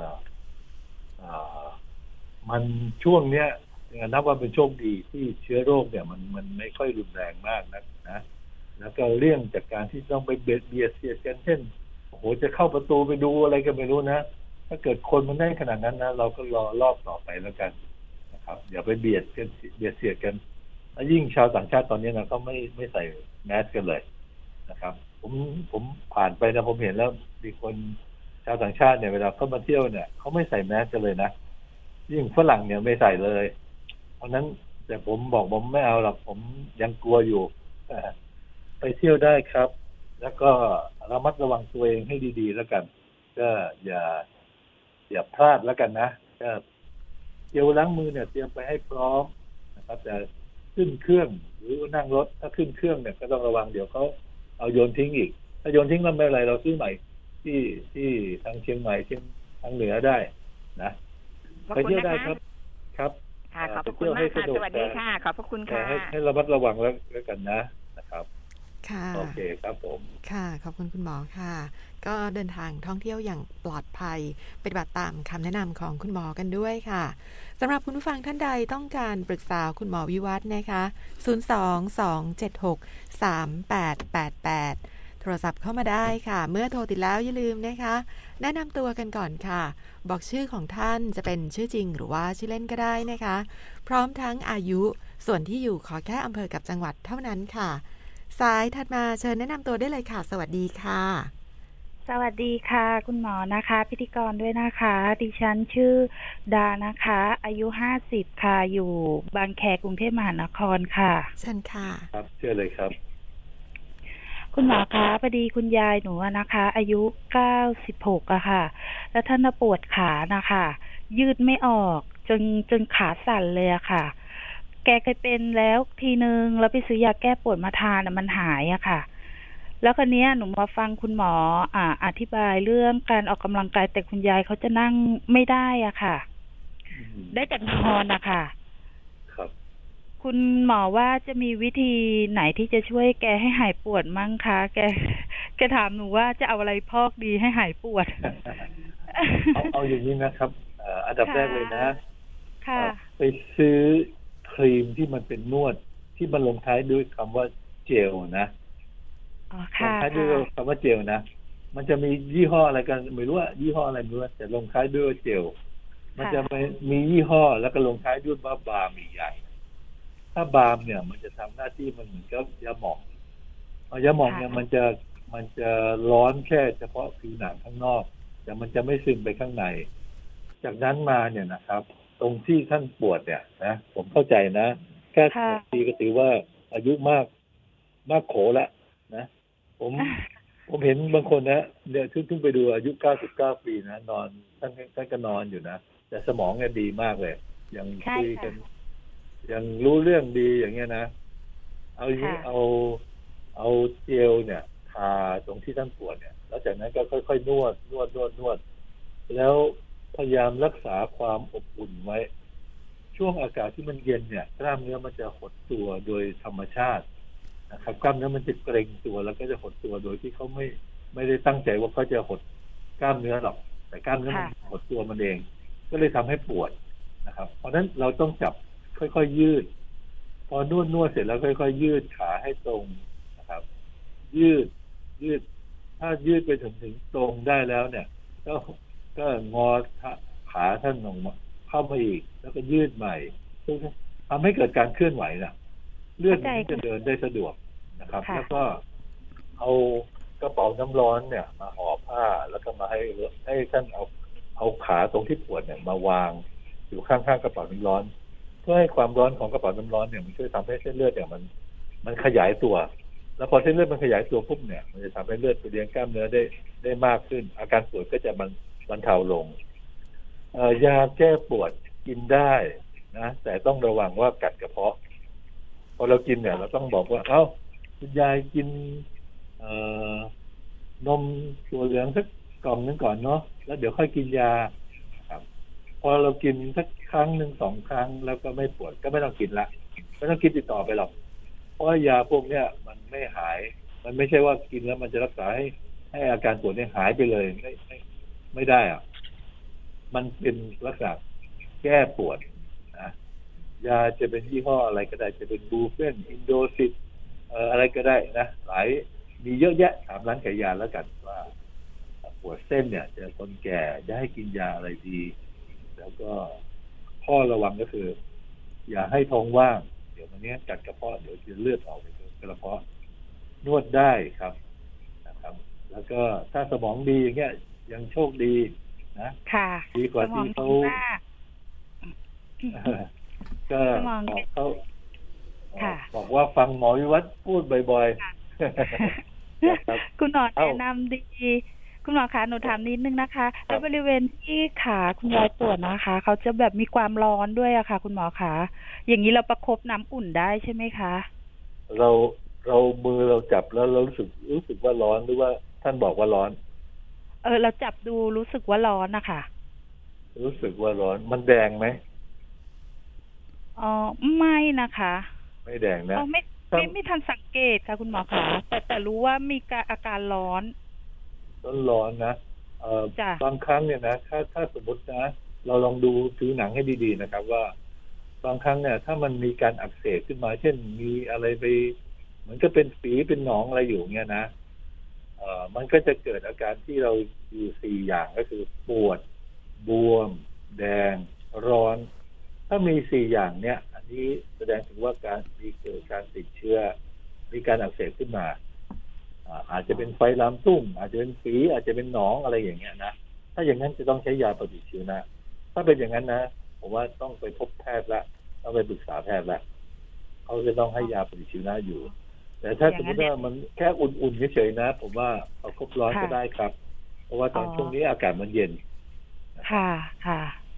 มันช่วงเนี้ยนับว่าเป็นโชคดีที่เชื้อโรคเนี่ยมันมันไม่ค่อยรุนแรงมากนักนะแล้วก็เลี่ยงจากการที่ต้องไปเบียดเบียดเสียดกันเช่นโอ้โหจะเข้าประตูไปดูอะไรก็ไม่รู้นะถ้าเกิดคนมันได้ขนาดนั้นนะเราก็รอรอบต่อไปแล้วกันนะครับอย่าไปเบียดกันเบียดเสียดกันแล้วยิ่งชาวต่างชาติตอนนี้นะก็ไม่ไม่ใส่แมสกันเลยนะครับผมผมผ่านไปนะผมเห็นแล้วมีคนชาวต่างชาติเนี่ยเวลาเขามาเที่ยวเนี่ยเขาไม่ใส่แมสกันเลยนะยิ่งฝรั่งเนี่ยไม่ใส่เลยเพราะนั้นแต่ผมบอกผมไม่เอาหรอกผมยังกลัวอยู่ไปเที่ยวได้ครับแล้วก็ระมัดระวังตัวเองให้ดีๆแล้วกันก็อย่าอย่าพลาดแล้วกันนะก็เจลล้างมือเนี่ยเตรียมไปให้พร้อมนะครับแต่ขึ้นเครื่องหรือนั่งรถถ้าขึ้นเครื่องเนี่ยก็ต้องระวังเดี๋ยวเขาเอาโยนทิ้งอีกถ้าโยนทิ้งแล้วไม่เป็นไรเราซื้อใหม่ที่ที่ทางเชียงใหม่เชียงทางเหนือได้นะไปเที่ยวได้ครับครับค่ะขอบคุณมากค่ะสวัสดีค่ะขอบพระคุณค่ะให้ระมัดระวังแล้วกันนะนะครับค่ะโอเคครับผมค่ะขอบคุณคุณหมอค่ะก็เดินทางท่องเที่ยวอย่างปลอดภัยปฏิบัติตามคำแนะนำของคุณหมอกันด้วยค่ะสำหรับคุณผู้ฟังท่านใดต้องการปรึกษาคุณหมอวิวัฒน์นะคะศูนย์ สอง สอง เจ็ด หก สาม แปด แปด แปดโทรศัพท์เข้ามาได้ค่ะเมื่อโทรติดแล้วอย่าลืมนะคะแนะนำตัวกันก่อนค่ะบอกชื่อของท่านจะเป็นชื่อจริงหรือว่าชื่อเล่นก็ได้นะคะพร้อมทั้งอายุส่วนที่อยู่ขอแค่อำเภอกับจังหวัดเท่านั้นค่ะสายถัดมาเชิญแนะนำตัวได้เลยค่ะสวัสดีค่ะสวัสดีค่ะคุณหมอนะคะพิธีกรด้วยนะคะดิฉันชื่อดานะคะอายุห้าสิบค่ะอยู่บางแคกรุงเทพมหานครค่ะเชิญค่ะครับเชิญเลยครับคุณหมอคะพอดีคุณยายหนูนะคะอายุเก้าสิบหกอะค่ะแล้วท่านปวดขานะคะยืดไม่ออกจนจนขาสั่นเลยอะค่ะแกเคยเป็นแล้วทีนึงแล้วไปซื้อยาแก้ปวดมาทานมันหายอะค่ะแล้วคราวนี้หนูมาฟังคุณหมออ่าอธิบายเรื่องการออกกำลังกายแต่คุณยายเขาจะนั่งไม่ได้อ่ะค่ะได้แต่นอนนะคะครับคุณหมอว่าจะมีวิธีไหนที่จะช่วยแกให้หายปวดมั้งคะแกแกถามหนูว่าจะเอาอะไรพอกดีให้หายปวดเอาเอาอย่างนี้นะครับอันดับแรกเลยนะค่ะไปซื้อครีมที่มันเป็นนวดที่มันลงท้ายด้วยคำว่าเจลนะลงท้ายด้วยคำว่าเจลนะมันจะมียี่ห้ออะไรกันไม่รู้ว่ายี่ห้ออะไรไม่รู้แต่ลงท้ายด้วยเจลมันจะมียี่ห้อแล้วก็ลงท้ายด้วยว่าบาล์มใหญ่ถ้าบาล์มเนี่ยมันจะทำหน้าที่มันเหมือนกับยาหมองยาหมองเนี่ยมันจะมันจะร้อนแค่เฉพาะผิวหนังข้างนอกแต่มันจะไม่ซึมไปข้างในจากนั้นมาเนี่ยนะครับตรงที่ท่านปวดเนี่ยนะผมเข้าใจนะแค่ปีก็ถือว่าอายุมากมากโขแล้วนะผมผมเห็นบางคนนะเนี่ยทึ่งๆไปดูอายุเก้าสิบเก้าปีนะนอนท่านท่านก็นอนอยู่นะแต่สมองเนี่ยดีมากเลยยังคุยกันยังรู้เรื่องดีอย่างเงี้ยนะเอาเอาเอาเจลเนี่ยทาตรงที่ท่านปวดเนี่ยแล้วจากนั้นก็ค่อยๆนวดนวดนวดนวดแล้วพยายามรักษาความอบอุ่นไว้ช่วงอากาศที่มันเย็นเนี่ยกล้ามเนื้อมันจะหดตัวโดยธรรมชาตินะครับกล้ามเนื้อมันจะเกร็งตัวแล้วก็จะหดตัวโดยที่เขาไม่ไม่ได้ตั้งใจว่าเขาจะหดกล้ามเนื้อหรอกแต่กล้ามเนื้อมันหดตัวมันเองก็เลยทำให้ปวดนะครับเพราะฉะนั้นเราต้องจับค่อยๆยืดพอนวดนวดเสร็จแล้วค่อยๆยืดขาให้ตรงนะครับยืดยืดถ้ายืดไปถึงถึงตรงได้แล้วเนี่ยก็ก็งอขาท่านลงมาเข้ามาอีกแล้วก็ยืดใหม่ทำให้เกิดการเคลื่อนไหวนะเลือดมันจะเดินได้สะดวกนะครับแล้วก็เอากระเป๋าน้ำร้อนเนี่ยมาห่อผ้าแล้วก็มาให้ให้ท่านเอาเอาขาตรงที่ปวดเนี่ยมาวางอยู่ข้างๆกระเป๋าน้ำร้อนเพื่อให้ความร้อนของกระเป๋าน้ำร้อนเนี่ยมันช่วยทำให้เส้นเลือดเนี่ยมันมันขยายตัวแล้วพอเส้นเลือดมันขยายตัวปุ๊บเนี่ยมันจะทำให้เลือดไปเลี้ยงกล้ามเนื้อได้ได้มากขึ้นอาการปวดก็จะมันบรรเทาลงยาแก้ปวดกินได้นะแต่ต้องระวังว่ากัดกระเพาะพอเรากินเนี่ยเราต้องบอกว่าเอ้าคุณยายกินนมตัวเหลืองสักกล่องนึงก่อนเนาะแล้วเดี๋ยวค่อยกินยาครับพอเรากินสักครั้งหนึ่งสองครั้งแล้วก็ไม่ปวดก็ไม่ต้องกินละไม่ต้องกินติดต่อไปหรอกเพราะยาพวกเนี้ยมันไม่หายมันไม่ใช่ว่ากินแล้วมันจะรักษาให้ให้อาการปวดเนี่ยหายไปเลยไม่ไม่ไม่ได้อ่ะมันเป็นลักษณะแก้ปวดนะยาจะเป็นยี่ห้ออะไรก็ได้จะเป็นบูเฟนอินโดซิตเอ่ออะไรก็ได้นะหลายมีเยอะแยะถามร้านขายยาแล้วกันว่าปวดเส้นเนี่ยจะคนแก่จะให้กินยาอะไรดีแล้วก็ข้อระวังก็คืออย่าให้ท้องว่างเดี๋ยววันนี้กัดกระเพาะเดี๋ยวจะเลือดออกในกระเพาะนวดได้ครับนะครับแล้วก็ถ้าสมองดีอย่างเงี้ยยังโชคดีนะดีกว่าที่เขาก็บอกเขาบอกว่าฟังหมอวิวัฒน์พูดบ่อยๆคุณหมอแนะนำดีคุณหมอคะหนูถามนิดนึงนะคะแล้วบริเวณที่ขาคุณยายปวดนะคะเขาจะแบบมีความร้อนด้วยอะค่ะคุณหมอคะอย่างนี้เราประคบน้ำอุ่นได้ใช่ไหมคะเราเรามือเราจับแล้วเรารู้สึกรู้สึกว่าร้อนหรือว่าท่านบอกว่าร้อนเออเราจับดูรู้สึกว่าร้อนนะคะรู้สึกว่าร้อนมันแดงไหมอ๋อไม่นะคะไม่แดงนะอ๋อไม่ไม่ไม่ทันสังเกตค่ะคุณหมอคะแต่แต่รู้ว่ามีอาการร้อนร้อนนะเอ่อบางครั้งเนี่ยนะถ้าถ้าสมมตินะเราลองดูผิวหนังให้ดีๆนะครับว่าบางครั้งเนี่ยถ้ามันมีการอักเสบขึ้นมาเช่นมีอะไรไปเหมือนก็เป็นฝีเป็นหนองอะไรอยู่เงี้ยนะเอ่อมันก็จะเกิดอาการที่เราอยู่สี่อย่างก็คือปวดบวมแดงร้อนถ้ามีสี่อย่างเนี้ยอันนี้แสดงถึงว่าการมีเกิดการติดเชื้อมีการอักเสบขึ้นมาอาจจะเป็นไฟลามตุ้มอาจจะเป็นฝีอาจจะเป็นหนองอะไรอย่างเงี้ยนะถ้าอย่างนั้นจะต้องใช้ยาปฏิชีวนะถ้าเป็นอย่างนั้นนะผมว่าต้องไปพบแพทย์ละต้องไปปรึกษาแพทย์ละเขาจะต้องให้ยาปฏิชีวนะอยู่แต่ถ้าสมมติว่ามันแค่อุ่นๆเฉยๆนะผมว่าเอาครบร้อยก็ได้ครับเพราะว่าตอนช่วงนี้อากาศมันเย็นค่ะค่ะ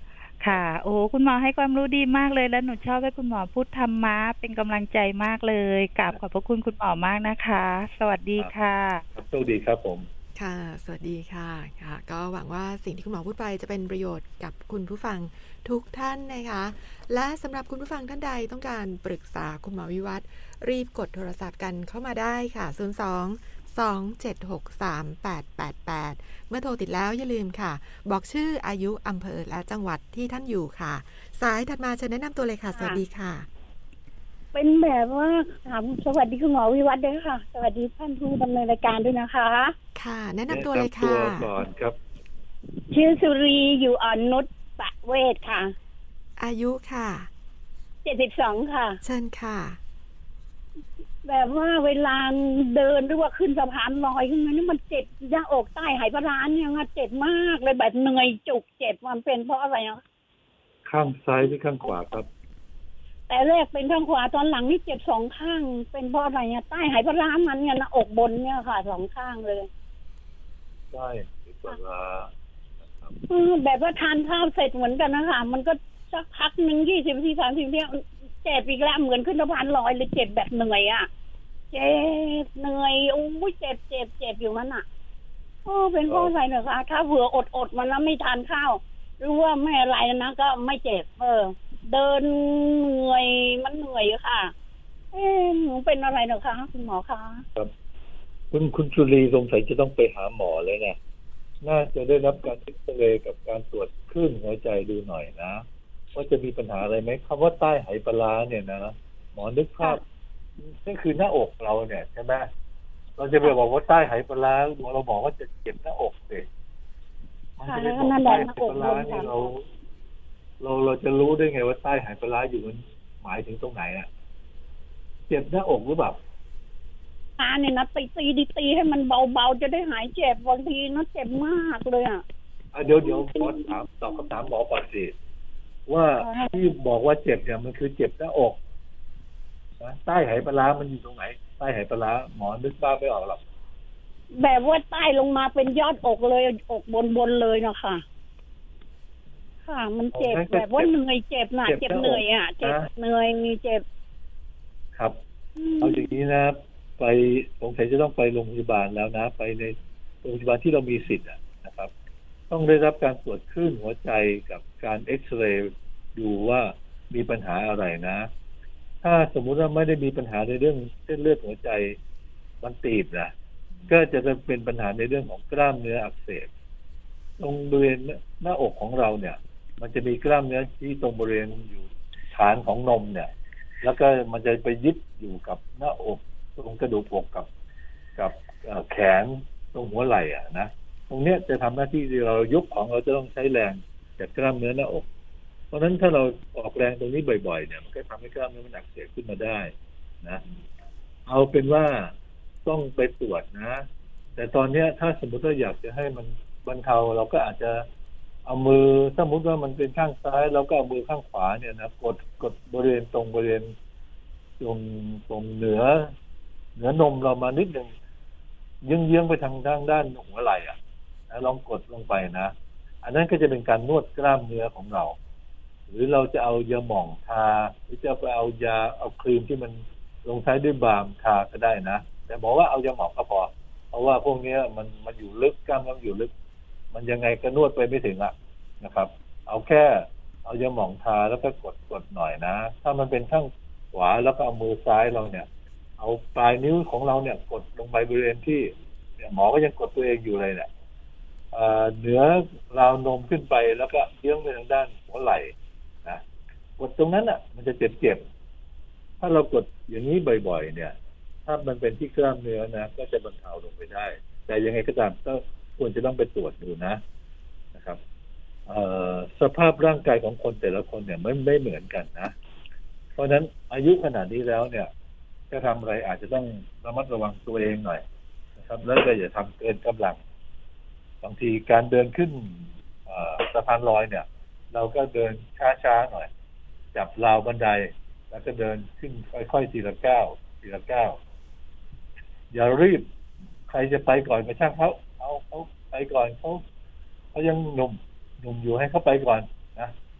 ค่ะโอ้คุณหมอให้ความรู้ดีมากเลยแล้วหนูชอบให้คุณหมอพูดธรรมะเป็นกำลังใจมากเลยกราบขอบพระคุณคุณหมอมากนะคะสวัสดีค่ะครับโชคดีครับผมค่ะสวัสดีค่ะค่ะก็หวังว่าสิ่งที่คุณหมอพูดไปจะเป็นประโยชน์กับคุณผู้ฟังทุกท่านนะคะและสำหรับคุณผู้ฟังท่านใดต้องการปรึกษาคุณหมอวิวัฒน์รีบกดโทรศัพท์กันเข้ามาได้ค่ะศูนย์ สอง สอง เจ็ด หก สาม แปด แปด แปดเมื่อโทรติดแล้วอย่าลืมค่ะบอกชื่ออายุอำเภอและจังหวัดที่ท่านอยู่ค่ะสายถัดมาเชิญแนะนำตัวเลยค่ะสวัสดีค่ะเป็นแบบว่าถามสวัสดีคุณหมอวิวัฒน์ด้วยค่ะสวัสดีท่านผู้ดำเนินรายการด้วยนะคะค่ะแนะนำตัวเลยค่ะแนะนำตัวก่อนครับชื่อสุรีอยู่อ่อนนุชประเวศค่ะอายุค่ะเจ็ดสิบสองค่ะเชิญค่ะแบบว่าเวลาเดินหรือว่าขึ้นสะพานลอยขึ้นมานี่มันเจ็บหน้าอกใต้ไหปลาร้าเนี่ยค่ะเจ็บมากเลยแบบเหนื่อยจุกเจ็บมันเป็นเพราะอะไรอ่ะข้างซ้ายหรือข้างขวาครับแต่แรกเป็นข้างขวาตอนหลังนี่เจ็บสองข้างเป็นเพราะอะไรอ่ะใต้ไหปลาร้ามันเนี่ยหน้าอกบนเนี่ยค่ะสองข้างเลยใช่ปลาร้าแบบว่าทานข้าวเสร็จเหมือนกันนะคะมันก็สักพักหนึ่งยี่สิบนาทีสามสิบนาทีเจ็บอีกแล้วเหมือนขึ้นสะพานลอยเลยเจ็บแบบเหนื่อยอ่ะเจ็บเหนื่อยโอ้ยเจ็บเจ็บเจ็บอยู่นั่นอ่ะโอ้เป็นเพราะอะไรเหรอคะถ้าเผื่ออดอดมันแล้วไม่ทานข้าวหรือว่าไม่อะไรนะก็ไม่เจ็บเออเดินเหนื่อยมันเหนื่อยค่ะเอ๊ะหนูเป็นอะไรเหรอคะคุณหมอคะครับคุณคุณจุลีสงสัยจะต้องไปหาหมอเลยนะน่าจะได้รับการเอ็กซเรย์กับการตรวจคลื่นหัวใจดูหน่อยนะว่าจะมีปัญหาอะไรไหมคำว่าใต้ไหปลาร้าเนี่ยนะหมอนึกภาพนี่คือหน้าอกเราเนี่ยใช่ไหมเราจะไปบอกว่าใต้ไหปลาร้าเราบอกว่าจะเจ็บหน้าอกเลยมันจะไปบอกใต้ไหปลาร้าเนี่ยเราเราเราจะรู้ได้ไงว่าใต้ไหปลาร้าอยู่มันหมายถึงตรงไหนอ่ะเจ็บหน้าอกหรือเปล่าอ่าเนี่ยนะตีตีดีตีให้มันเบาๆจะได้หายเจ็บบางทีนะเจ็บมากเลยอ่ะเดี๋ยวเดี๋ยวขอถามตอบคำถามหมอก่อนสิว่าที่บอกว่าเจ็บเนี่ยมันคือเจ็บหน้าอกนะใต้ไหปลาร้ามันอยู่ตรงไหนใต้ไหปลาร้าหมอนึกบ้าไม่ออกหรอกแบบว่าใต้ลงมาเป็นยอดอกเลยอกบนบนเลยเนาะค่ะค่ะมันเจ็บแบบว่าเหนื่อยเจ็บน่ะเจ็บเหนื่อยอ่ะเจ็บเหนื่อยมีเจ็บครับเอาอย่างนี้นะไปสงสัยจะต้องไปโรงพยาบาลแล้วนะไปในโรงพยาบาลที่เรามีสิทธิ์นะครับต้องได้รับการตรวจคลื่นหัวใจกับการเอ็กซเรย์ดูว่ามีปัญหาอะไรนะถ้าสมมุติว่าไม่ได้มีปัญหาในเรื่องเส้นเลือดหัวใจมันตีบนะก็จะเป็นปัญหาในเรื่องของกล้ามเนื้ออักเสบตรงบริเวณหน้าอกของเราเนี่ยมันจะมีกล้ามเนื้อที่ตรงบริเวณอยู่ฐานของนมเนี่ยแล้วก็มันจะไปยึดอยู่กับหน้าอกตรงกระดูกอกกับกับแขนตรงหัวไหล่อ่ะนะตรงเนี้ยจะทำหน้าที่ที่เรายกของเราจะต้องใช้แรงจากกล้ามเนื้อหน้าอกเพราะฉะนั้นถ้าเราออกแรงตรงนี้บ่อยๆเนี่ยมันก็ทำให้กล้ามเนื้อมันอักเสบขึ้นมาได้นะเอาเป็นว่าต้องไปตรวจนะแต่ตอนนี้ถ้าสมมติว่าอยากจะให้มันบรรเทาเราก็อาจจะเอามือสมมติว่ามันเป็นข้างซ้ายเราก็เอามือข้างขวาเนี่ยนะกดกดบริเวณตรงบริเวณตรงตรงเหนือเหนือนมเรามานิดหนึ่งเยื้องๆไปทางด้านด้านหัวไหล่อ่ะนะลองกดลงไปนะอันนั้นก็จะเป็นการนวดกล้ามเนื้อของเราหรือเราจะเอายาหม่องทาหรือจะไปเอายาเอาครีมที่มันลงท้ายด้วยบาล์มทาก็ได้นะแต่บอกว่าเอายาหม่องก็พอเพราะว่าพวกนี้มันมันอยู่ลึกกล้ามมันอยู่ลึกมันยังไงก็นวดไปไม่ถึงอ่ะนะครับเอาแค่เอายาหม่องทาแล้วก็กดกดหน่อยนะถ้ามันเป็นข้างขวาแล้วก็เอามือซ้ายเราเนี่ยเอาปลายนิ้วของเราเนี่ยกดลงไปบริเวณที่หมอก็ยังกดตัวเองอยู่เลยเนี่ยเหนือราวนมขึ้นไปแล้วก็เยื้องไปทางด้านหัวไหล่นะกดตรงนั้นอ่ะมันจะเจ็บๆถ้าเรากดอย่างนี้บ่อยๆเนี่ยถ้ามันเป็นที่กล้ามเนื้อนะก็จะบรรเทาลงไปได้แต่ยังไงก็ตามก็ควรจะต้องไปตรวจดูนะนะครับสภาพร่างกายของคนแต่ละคนเนี่ยไม่ไม่เหมือนกันนะเพราะฉะนั้นอายุขนาดนี้แล้วเนี่ยจะทำอะไรอาจจะต้องระมัดระวังตัวเองหน่อยนะครับแล้วก็อย่าทำเกินกำลังบางทีการเดินขึ้นสะพานลอยเนี่ยเราก็เดินช้าๆหน่อยจับราวบันไดแล้วก็เดินขึ้นค่อยๆทีละก้าวทีละก้าวอย่ารีบใครจะไปก่อนไปช่างเขาเอาเขาไปก่อนเขาเขายังหนุ่มหนุ่มอยู่ให้เขาไปก่อนนะ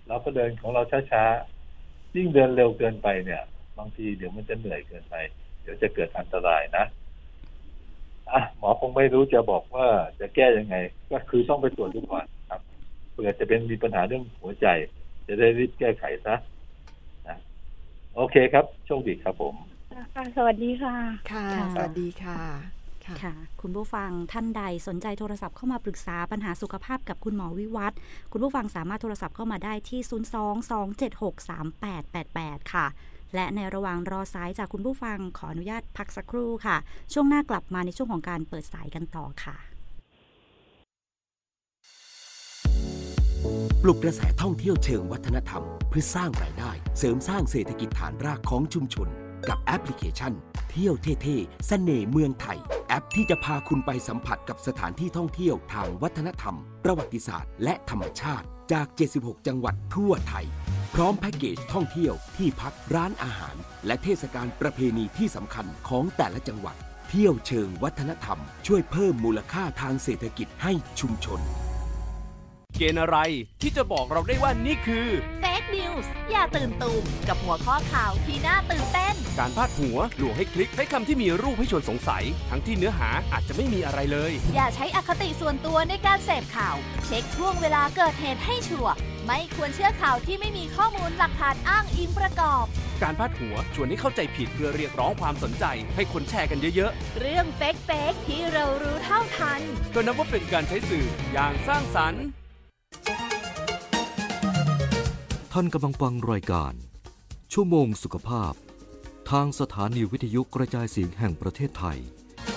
เราก็เดินของเราช้าๆยิ่งเดินเร็วเกินไปเนี่ยบางทีเดี๋ยวมันจะเหนื่อยเกินไปเดี๋ยวจะเกิดอันตรายนะอ่ะหมอคงไม่รู้จะบอกว่าจะแก้ยังไงก็คือต้องไปตรวจดูก่อนครับเผื่อจะเป็นมีปัญหาเรื่องหัวใจจะได้รีบแก้ไขซะนะโอเคครับโชคดีครับผมค่ะสวัสดีค่ะค่ะสวัสดีค่ะค่ะคุณผู้ฟังท่านใดสนใจโทรศัพท์เข้ามาปรึกษาปัญหาสุขภาพกับคุณหมอวิวัฒน์คุณผู้ฟังสามารถโทรศัพท์เข้ามาได้ที่ศูนย์ สอง สอง เจ็ด หก สาม แปด แปด แปดค่ะและในระหว่างรอสายจากคุณผู้ฟังขออนุญาตพักสักครู่ค่ะช่วงหน้ากลับมาในช่วงของการเปิดสายกันต่อค่ะปลุกกระแสท่องเที่ยวเชิงวัฒนธรรมเพื่อสร้างรายได้เสริมสร้างเศรษฐกิจฐานรากของชุมชนกับแอปพลิเคชันเที่ยวเท่ๆเสน่ห์เมืองไทยแอปที่จะพาคุณไปสัมผัสกับสถานที่ท่องเที่ยวทางวัฒนธรรมประวัติศาสตร์และธรรมชาติจากเจ็ดสิบหกจังหวัดทั่วไทยพร้อมแพ็กเกจท่องเที่ยวที่พักร้านอาหารและเทศกาลประเพณีที่สำคัญของแต่ละจังหวัดเที่ยวเชิงวัฒนธรรมช่วยเพิ่มมูลค่าทางเศรษฐกิจให้ชุมชนเกณฑ์อะไรที่จะบอกเราได้ว่านี่คือเฟกนิวส์อย่าตื่นตูมกับหัวข้อข่าวที่น่าตื่นเต้นการพาดหัวลวงให้คลิกใช้คำที่มีรูปให้ชวนสงสัยทั้งที่เนื้อหาอาจจะไม่มีอะไรเลยอย่าใช้อคติส่วนตัวในการเสพข่าวเช็คช่วงเวลาเกิดเหตุให้ชัวร์ไม่ควรเชื่อข่าวที่ไม่มีข้อมูลหลักฐานอ้างอิงประกอบการพาดหัวชวนให้เข้าใจผิดเพื่อเรียกร้องความสนใจให้คนแชร์กันเยอะๆเรื่องเฟกเฟกที่เรารู้เท่าทันก็นับว่าเป็นการใช้สื่ออย่างสร้างสรรค์ท่านกำลังฟังรายการชั่วโมงสุขภาพทางสถานีวิทยุกระจายเสียงแห่งประเทศไทย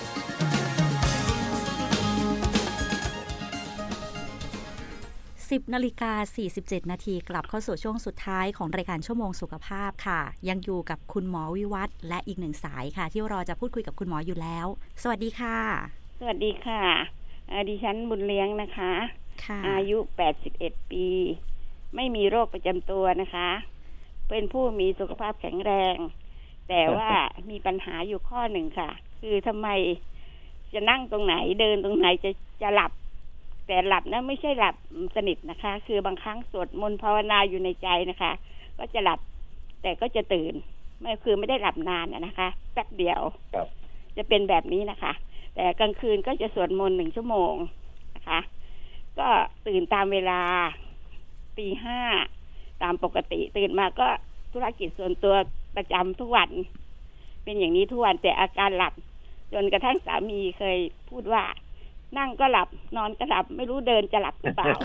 สิบนาฬิกาสี่สิบเจ็ดนาทีกลับเข้าสู่ช่วงสุดท้ายของรายการชั่วโมงสุขภาพค่ะยังอยู่กับคุณหมอวิวัฒน์และอีกหนึ่งสายค่ะที่รอจะพูดคุยกับคุณหมออยู่แล้วสวัสดีค่ะสวัสดีค่ะดิฉันบุญเลี้ยงนะคะอายุแปดสิบเอ็ดปีไม่มีโรคประจำตัวนะคะเป็นผู้มีสุขภาพแข็งแรงแต่ว่ามีปัญหาอยู่ข้อหนึ่งค่ะคือทำไมจะนั่งตรงไหนเดินตรงไหนจะจะหลับแต่หลับนะไม่ใช่หลับสนิทนะคะคือบางครั้งสวดมนต์ภาวนาอยู่ในใจนะคะก็จะหลับแต่ก็จะตื่นไม่คือไม่ได้หลับนานนะคะแป๊บเดียวจะเป็นแบบนี้นะคะแต่กลางคืนก็จะสวดมนต์หนึ่งชั่วโมงนะคะก็ตื่นตามเวลาตีห้าตามปกติตื่นมาก็ธุรกิจส่วนตัวประจำทุกวันเป็นอย่างนี้ทุกวันแต่อาการหลับจนกระทั่งสามีเคยพูดว่านั่งก็หลับนอนก็หลับไม่รู้เดินจะหลับหรือเปล่า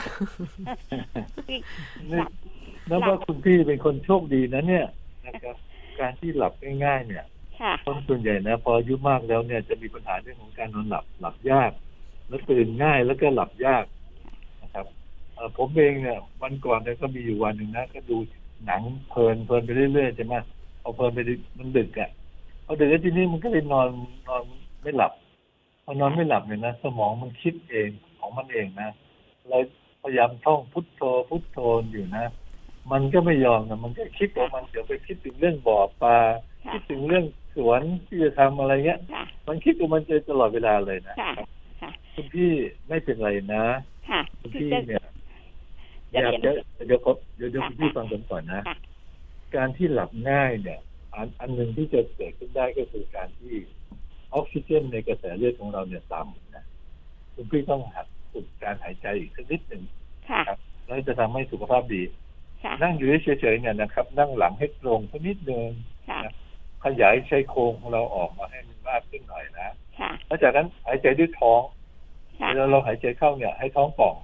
หลับแล้วว่าคุณพี่เป็นคนโชคดีนะเนี่ยนะครับการที่หลับง่ายๆเนี่ยคนส่วนใหญ่นะพออายุมากแล้วเนี่ยจะมีปัญหาเรื่องของการนอนหลับหลับยากแล้วตื่นง่ายแล้วก็หลับยากนะครับผมเองเนี่ยวันก่อนเนี่ยก็มีอยู่วันหนึ่งนะก็ดูหนังเพลินเพลินไปเรื่อยๆใช่ไหมเอาเพลินไปมันดึกอ่ะเอาดึกแล้วทีนี้มันก็เลยนอนนอนไม่หลับพอนอนไม่หลับเนี่ยนะสมองมันคิดเองของมันเองนะเราพยายามท่องพุทโธพุทโธอยู่นะมันก็ไม่ยอมนะมันก็คิดว่ามันเดี๋ยวไปคิดถึงเรื่องบ่อปลาคิดถึงเรื่องสวนที่จะทำอะไรเงี้ยมันคิดว่ามันจะตลอดเวลาเลยนะคุณพี่ไม่เป็นไรนะคุณพี่เนี่ยอยากจะเดี๋ยวครับเดี๋ยวเดี๋ยวคุณพี่ฟังผมก่อนนะการที่หลับง่ายเนี่ยอันอันหนึ่งที่จะเกิดขึ้นได้ก็คือการที่ออกซิเจนในกระแสเลือดของเราเนี่ยต่ำนะคุณพี่ต้องหัดฝึกการหายใจอีกสักนิดหนึ่งครับแล้วจะทำให้สุขภาพดีนั่งอยู่เฉยๆเนี่ยนะครับนั่งหลังให้ตรงสักนิดนึงขยายชายโครงของเราออกมาให้มันมากขึ้นหน่อยนะแล้วจากนั้นหายใจด้วยท้องเวลาเราหายใจเข้าเนี่ยให้ท้องป่อง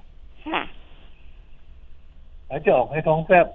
หายใจออกให้ท้องแฟบ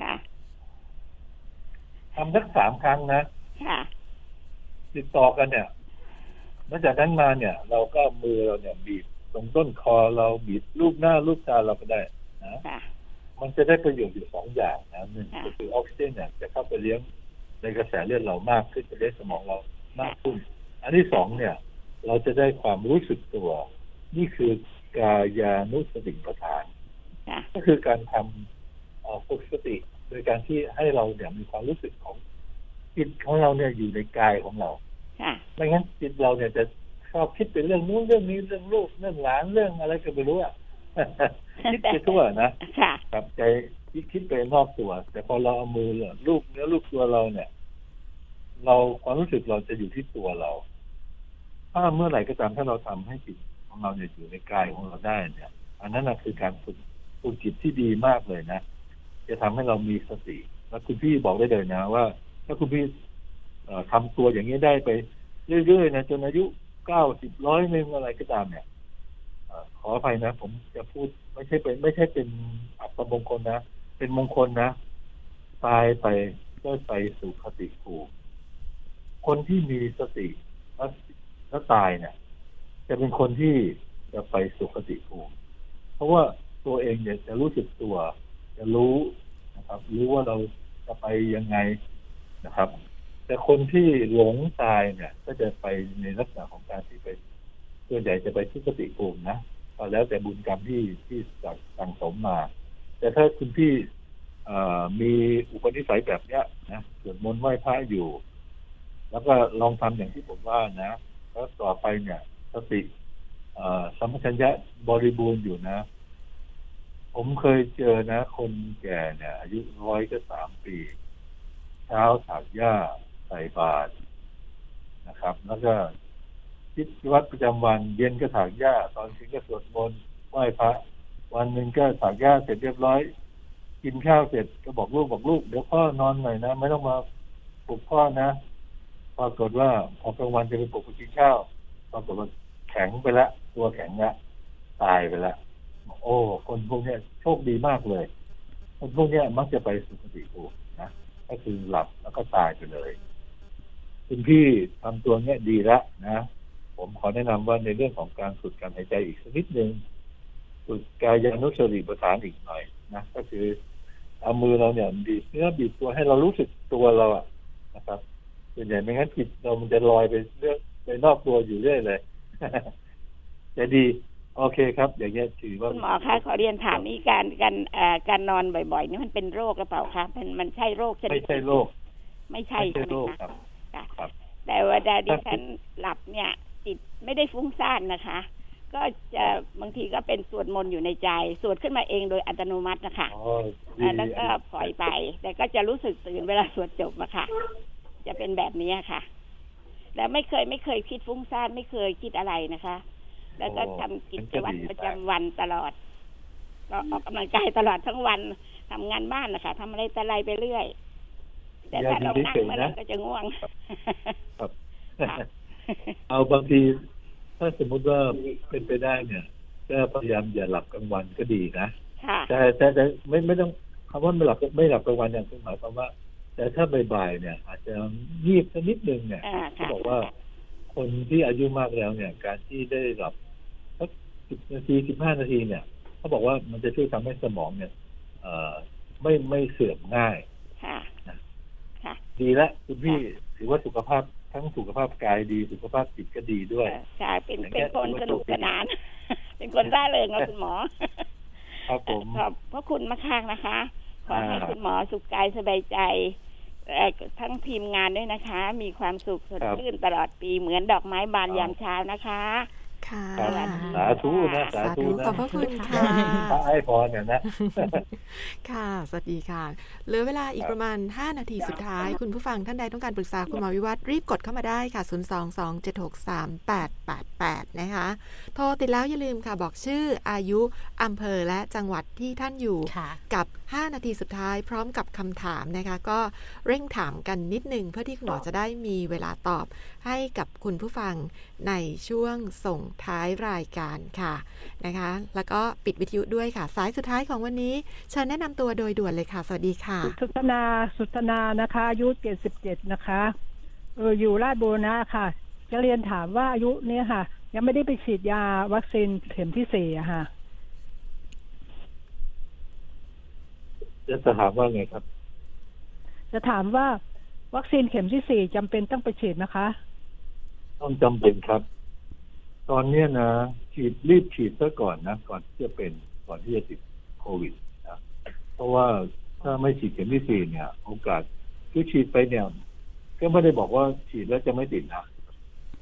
ทำสักสามครั้งนะติดต่อกันเนี่ยแล้วจากนั้นมาเนี่ยเราก็มือเราเนี่ยบีบตรงต้นคอเราบีบรูปหน้ารูปตาเราก็ได้นะมันจะได้ประโยชน์อยู่สองอย่างนะหนึ่งก็คือออกซิเจนเนี่ยจะเข้าไปเลี้ยงในกระแสเลือดเรามากขึ้นจะเลี้ยงสมองเรามากขึ้นอันที่สองเนี่ยเราจะได้ความรู้สึกตัวนี่คือกายานุสติปัฏฐานก็คือการทำฝึกสติโดยการที่ให้เราเนี่ยมีความรู้สึกของจิตของเราเนี่ยอยู่ในกายของเราไม่งั้นจิตเราเนี่ยจะชอบคิดเป็นเรื่องนู้นเรื่องนี้เรื่องลูกเรื่องหลานเรื่องอะไรก็ไม่รู้อ่ะคิดไปทั่วนะครับใจคิดคิดไปนอกตัวแต่พอเราเอามือลูบเนื้อลูบตัวเราเนี่ยเราความรู้สึกเราจะอยู่ที่ตัวเราถ้าเมื่อไหร่ก็ตามถ้าเราทำให้จิตของเราเนี่ยอยู่ในกายของเราได้เนี่ยอันนั้นนะคือการฝึกฝึกจิตที่ดีมากเลยนะจะทำให้เรามีสติแล้วคุณพี่บอกได้เลยนะว่าถ้าคุณพี่ทำตัวอย่างนี้ได้ไปเรื่อยๆนะจนอายุเก้าสิบร้อยหนึ่งอะไรก็ตามเนี่ยขออภัยนะผมจะพูดไม่ใช่เป็นไม่ใช่เป็นอัปมงคลนะเป็นมงคลนะตายไปก็ไปสู่คติภูมิคนที่มีสติแล้วแล้วตายเนี่ยจะเป็นคนที่จะไปสู่คติภูมิเพราะว่าตัวเองเนี่ยจะรู้สึกตัวจะรู้นะครับรู้ว่าเราจะไปยังไงนะครับแต่คนที่หลงตายเนี่ยก็จะไปในลักษณะของการที่ไปส่วนใหญ่จะไปที่คติภูมินะก็แล้วแต่บุญกรรมที่ที่สั่งสมมาแต่ถ้าคุณพี่มีอุปนิสัยแบบเนี้ยนะสวดมนต์ไหว้พระอยู่แล้วก็ลองทำอย่างที่ผมว่านะแล้วต่อไปเนี่ยสติสัมปชัญญะบริบูรณ์อยู่นะผมเคยเจอนะคนแก่เนี่ยอายุร้อยก็สามปีเช้าถากหญ้าใส่บาตรนะครับแล้วก็กิจวัตรประจำวันเย็นก็ถากหญ้าตอนเช้าก็สวดมนต์ไหว้พระวันหนึ่งก็ถากหญ้าเสร็จเรียบร้อยกินข้าวเสร็จก็บอกลูกบอกลูกเดี๋ยวพ่อนอนหน่อยนะไม่ต้องมาปลุกพ่อนะปรากฏว่าพอกลางวันจะไปปลุกไปกินข้าวปรากฏว่าแข็งไปละตัวแข็งละตายไปละโอ้คนพวกนี้โชคดีมากเลยคนพวกนี้มักจะไปสุคติภูมินะก็คือหลับแล้วก็ตายไปเลยคุณพี่ทำตัวเนี้ยดีละนะผมขอแนะนำว่าในเรื่องของการฝึกการหายใจอีกสักนิดนึงฝึกกายานุสติปัฏฐานอีกหน่อยนะก็คือเอามือเราเนี่ยบีบเนื้อบีบตัวให้เรารู้สึกตัวเราอะนะครับส่วนใหญ่ไม่งั้นจิตเรามันจะลอยไปเรื่องไปนอกตัวอยู่เรื่อยเลย จะดีโอเคครับอย่างเงี้ยถือว่าคุณหมอคะขอเรียนถามนี่การการการนอนบ่อยๆนี่มันเป็นโรคหรือเปล่าคะมันมันใช่โรคชนิดไม่ใช่โรคไม่ใช่ใช่ไหมคะค่ะแต่เวลาดิฉันหลับเนี่ยจิตไม่ได้ฟุ้งซ่านนะคะก็จะบางทีก็เป็นสวดมนต์อยู่ในใจสวดขึ้นมาเองโดยอัตโนมัตินะคะแล้วก็ปล่อยไปแต่ก็จะรู้สึกตื่นเวลาสวดจบอะค่ะจะเป็นแบบนี้ค่ะแล้วไม่เคยไม่เคยคิดฟุ้งซ่านไม่เคยคิดอะไรนะคะแล้วก็ทำกิจวัตรประจำวันตลอดก็ออกกำลังกายตลอดทั้งวันทำงานบ้านนะคะทำอะไรแต่ไรไปเรื่อยแต่ถ้าเรานั่งเมื่อไรก็จะง่วงครับเอาบางทีถ้าสมมุติว่าเป็นไปได้เนี่ยก็พยายามอย่าหลับกลางวันก็ดีนะแต่แต่แต่ไม่ไม่ต้องคำว่าไม่หลับไม่หลับกลางวันอย่างหมายความว่าแต่ถ้าบ่ายๆเนี่ยอาจจะงีบสักนิดนึงเนี่ยเขาบอกว่าคนที่อายุมากแล้วเนี่ยการที่ได้หลับสักสิบนาทีสิบห้านาทีเนี่ยเขาบอกว่ามันจะช่วยทำให้สมองเนี่ยเอ่อไม่ไม่เสื่อมง่ายนะดีแล้วคุณพี่ถือว่าสุขภาพทั้งสุขภาพกายดีสุขภาพจิตก็ดีด้วยใช่เป็นเป็นคนสนุกสนานเป็นคนร่าเริงนะคุณหมอครับผมขอบพระคุณมากๆนะคะขอให้คุณหมอสุขกายสบายใจทั้งทีมงานด้วยนะคะมีความสุขสดชื่นตลอดปีเหมือนดอกไม้บานยามเช้านะคะค่ะสาธุนะสาธุขอบพระคุณค่ะพระไอ้พรเนี่ยนะค่ะสวัสดีค่ะเหลือเวลาอีกประมาณห้านาทีสุดท้ายคุณผู้ฟังท่านใดต้องการปรึกษาคุณหมอวิวัฒน์รีบกดเข้ามาได้ค่ะศูนย์ สอง สอง เจ็ด หก สาม แปด แปด แปดนะคะโทรติดแล้วอย่าลืมค่ะบอกชื่ออายุอำเภอและจังหวัดที่ท่านอยู่กับห้านาทีสุดท้ายพร้อมกับคำถามนะคะก็เร่งถามกันนิดนึงเพื่อที่คุณหมอจะได้มีเวลาตอบให้กับคุณผู้ฟังในช่วงส่งท้ายรายการค่ะนะคะแล้วก็ปิดวิทยุด้วยค่ะสายสุดท้ายของวันนี้เชิญแนะนำตัวโดยด่วนเลยค่ะสวัสดีค่ะสุธนาสุธนานะคะอายุเจ็ดสิบเจ็ดนะคะเอออยู่ราชบุรณะค่ะจะเรียนถามว่าอายุเนี้ยค่ะยังไม่ได้ไปฉีดยาวัคซีนเข็มที่สี่อะค่ะจะถามว่าไงครับจะถามว่าวัคซีนเข็มที่สี่จำเป็นต้องไปฉีดนะคะต้องจำเป็นครับตอนนี้นะฉีดรีบฉีดซะก่อนนะก่อนที่จะเป็นก่อนที่จะติดโควิดนะเพราะว่าถ้าไม่ฉีดเข็มที่สี่เนี่ยโอกาสที่ฉีดไปเนี่ยก็ไม่ได้บอกว่าฉีดแล้วจะไม่ติดนะ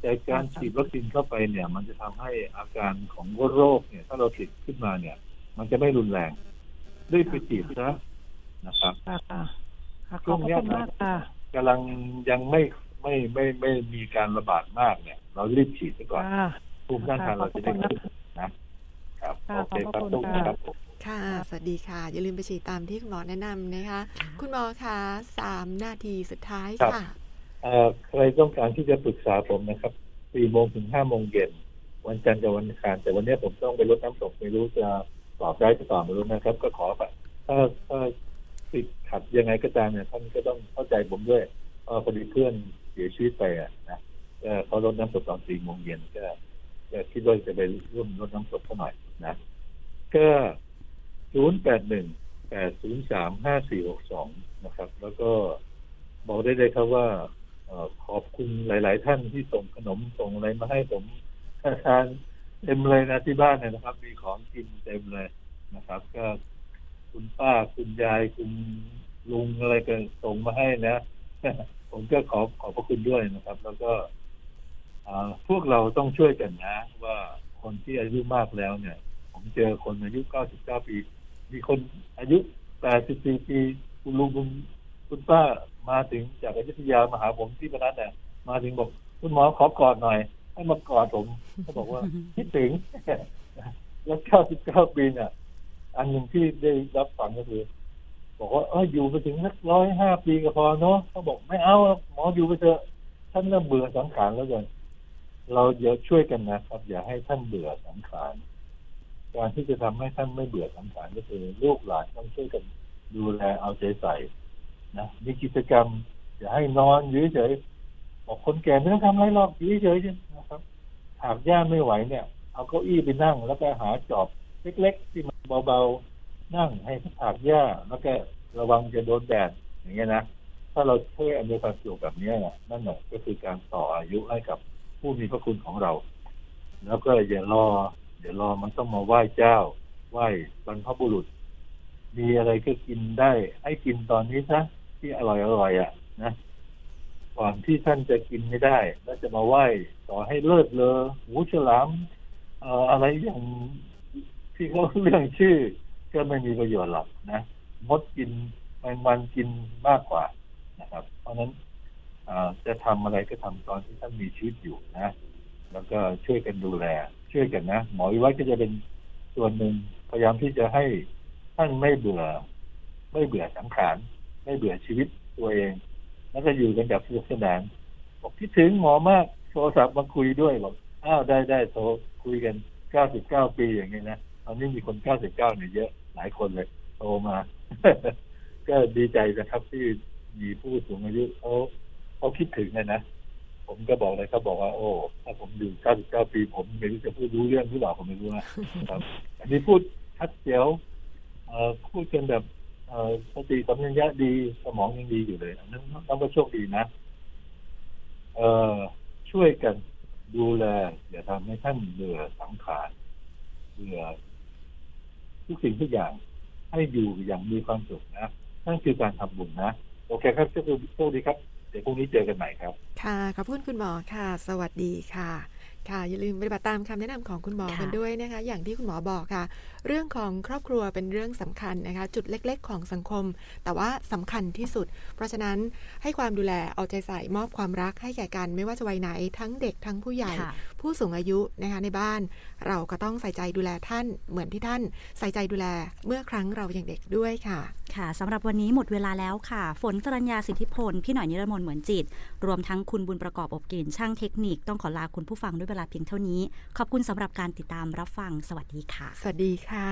แต่การฉีดวัคซีนเข้าไปเนี่ยมันจะทำให้อาการของโรคเนี่ยถ้าเราติดขึ้นมาเนี่ยมันจะไม่รุนแรงรีบไปฉีดนะนะครับช่วงนี้นะกำลังยังไม่ไม่ไม่ไม่มีการระบาดมากเนี่ยเรารีบฉีดไปก่อนภูมิต้านทานเราจะได้ขึ้นนะครับโอเคครับทุกท่านครับค่ะสวัสดีค่ะอย่าลืมไปฉีดตามที่คุณหมอแนะนำนะคะคุณหมอคะสามนาทีสุดท้ายค่ะใครต้องการที่จะปรึกษาผมนะครับสี่โมงถึงห้าโมงเย็นวันจันทร์กับวันอังคารแต่วันนี้ผมต้องไปรดน้ำศพไม่รู้จะตอบได้หรือเปล่าไม่รู้นะครับก็ขอถ้าถ้าติดขัดยังไงก็ตามเนี่ยท่านก็ต้องเข้าใจผมด้วยเพราะพอดีเพื่อนเสียชีวิตไปอ่ะนะเขารดน้ำศพตอนสี่โมงเย็นก็จะคิดว่าจะไปร่วมรดน้ำศพเขาหน่อยนะก็ศูนย์แปดหนึ่งแปดศูนย์สามห้าสี่หกสองนะครับแล้วก็บอกได้เลยครับว่าขอบคุณหลายๆท่านที่ส่งขนมส่งอะไรมาให้ผมทานเต็มเลยนะที่บ้านเนี่ยนะครับมีของกินเต็มเลยนะครับก็คุณป้าคุณยายคุณลุงอะไรกันส่งมาให้นะผมก็ขอขอบพระคุณด้วยนะครับแล้วก็พวกเราต้องช่วยกันนะว่าคนที่อายุมากแล้วเนี่ยผมเจอคนอายุเก้าสิบเก้าปีมีคนอายุแปดสิบสี่ปีคุณลุงคุณคุณป้ามาถึงจากอยุธยามาหาผมที่พนัสเนี่ยมาถึงบอกคุณหมอขอกอดหน่อยให้มากอดผมเขาบอกว่าคิดถึงแล้วเก้าสิบเก้าปีเนี่ยอันหนึ่งที่ได้รับฟังก็คือบอกว่าเอออยู่ไปถึงสักร้อยห้าปีก็พอเนาะเขาบอกไม่เอาหมออยู่ไปเถอะท่านเริ่มเบื่อสังขารแล้วกันเราเดี๋ยวช่วยกันนะครับอย่าให้ท่านเบื่อสังขารการที่จะทำให้ท่านไม่เบื่อสังขารก็คือลูกหลานต้องช่วยกันดูแลเอาใจใส่นะมีกิจกรรมอย่าให้นอนอยู่เฉยบอกคนแก่ไม่ต้องทำอะไรหรอกอยู่เฉยๆนะครับหากย่าไม่ไหวเนี่ยเอาเก้าอี้ไปนั่งแล้วก็หาจอบเล็กๆที่มันเบาๆนั่งให้ถากหญ้าแล้วก็ระวังจะโดนแดดอย่างเงี้ยนะถ้าเราช่วยอำนวยความสะดวกแบบนี้เนี่ยนั่นแหละก็คือการต่ออายุให้กับผู้มีพระคุณของเราแล้วก็อย่ารอเดี๋ยวรอมันต้องมาไหว้เจ้าไหว้บรรพบุรุษมีอะไรก็กินได้ให้กินตอนนี้ซะที่อร่อยอร่อยอ่ะนะก่อนที่ท่านจะกินไม่ได้แล้วจะมาไหว้ต่อให้เลิศเลอหูฉลามเอ่ออะไรอย่างที่เขาเรื่องชื่อก็ไม่มีประโยชน์หรอกนะมดกินแมงวันกินมากกว่านะครับเพราะนั้นจะทำอะไรก็ทำตอนที่ท่านมีชีวิตอยู่นะแล้วก็ช่วยกันดูแลช่วยกันนะหมอวิวัฒน์ก็จะเป็นส่วนหนึ่งพยายามที่จะให้ท่านไม่เบื่อไม่เบื่อสังขารไม่เบื่อชีวิตตัวเองแล้วก็อยู่กันแบบสนุกสนานบอกคิดถึงหมอมากโทรศัพท์มาคุยด้วยบอกอ้าวได้ได้โทรคุยกันเก้าสิบเก้าปีอย่างเงี้ยนะตอนนี้มีคนเก้าสิบเก้าเนี่ยเยอะหลายคนเลยโทรมา ก็ดีใจนะครับที่มีผู้สูงอายุเขาเขาคิดถึงนะนะผมก็บอกเลยเขาบอกว่าโอ้ถ้าผมอยู่เก้าสิบเก้าปีผมไม่รู้จะพูดรู้เรื่องหรือเปล่าผมไม่รู้นะครับอันนี้พูดชัดเจ๋วเอ่อพูดกันแบบเอ่อสติสัมปชัญญะดีสมองยังดีอยู่เลยอันนั้นต้องก็โชคดีนะเอ่อช่วยกันดูแลอย่าทำให้ท่านเบื่อสังขารเบื่อทุกสิ่งทุกอย่างให้อยู่อย่างมีความสุขนะนั่นคือการทำบุญนะโอเคครับโชคดีครับเดี๋ยวพรุ่งนี้เจอกันใหม่ครับค่ะขอบคุณคุณหมอค่ะสวัสดีค่ะค่ะอย่าลืมปฏิบัติตามคำแนะนำของคุณหมอกันด้วยนะคะอย่างที่คุณหมอบอกค่ะเรื่องของครอบครัวเป็นเรื่องสำคัญนะคะจุดเล็กๆของสังคมแต่ว่าสำคัญที่สุดเพราะฉะนั้นให้ความดูแลเอาใจใส่มอบความรักให้แก่กันไม่ว่าจะวัยไหนทั้งเด็กทั้งผู้ใหญ่ผู้สูงอายุนะคะในบ้านเราก็ต้องใส่ใจดูแลท่านเหมือนที่ท่านใส่ใจดูแลเมื่อครั้งเรายังเด็กด้วยค่ะค่ะสำหรับวันนี้หมดเวลาแล้วค่ะฝนสรัญญาสิทธิพลพี่หน่อยนิรมนต์เหมือนจิตรวมทั้งคุณบุญประกอบอบกลิ่นช่างเทคนิคต้องขอลาคุณผู้ฟังด้วยเวลาเพียงเท่านี้ขอบคุณสำหรับการติดตามรับฟังสวัสดีค่ะสวัสดีค่ะ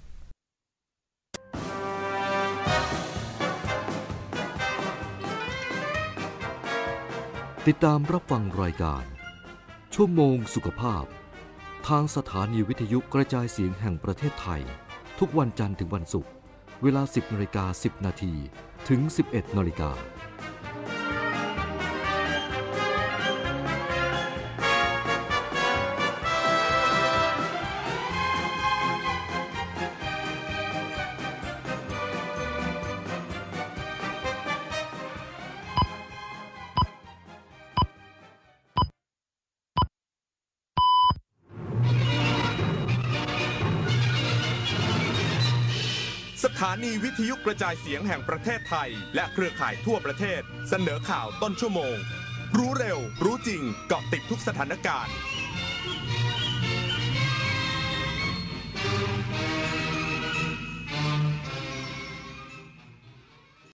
ติดตามรับฟังรายการชั่วโมงสุขภาพทางสถานีวิทยุกระจายเสียงแห่งประเทศไทยทุกวันจันทร์ถึงวันศุกร์เวลา สิบนาฬิกาสิบนาทีถึง สิบเอ็ดนาฬิกาถานีวิทยุกระจายเสียงแห่งประเทศไทยและเครือข่ายทั่วประเทศเสนอข่าวต้นชั่วโมงรู้เร็วรู้จริงเกาะติดทุกสถานการณ์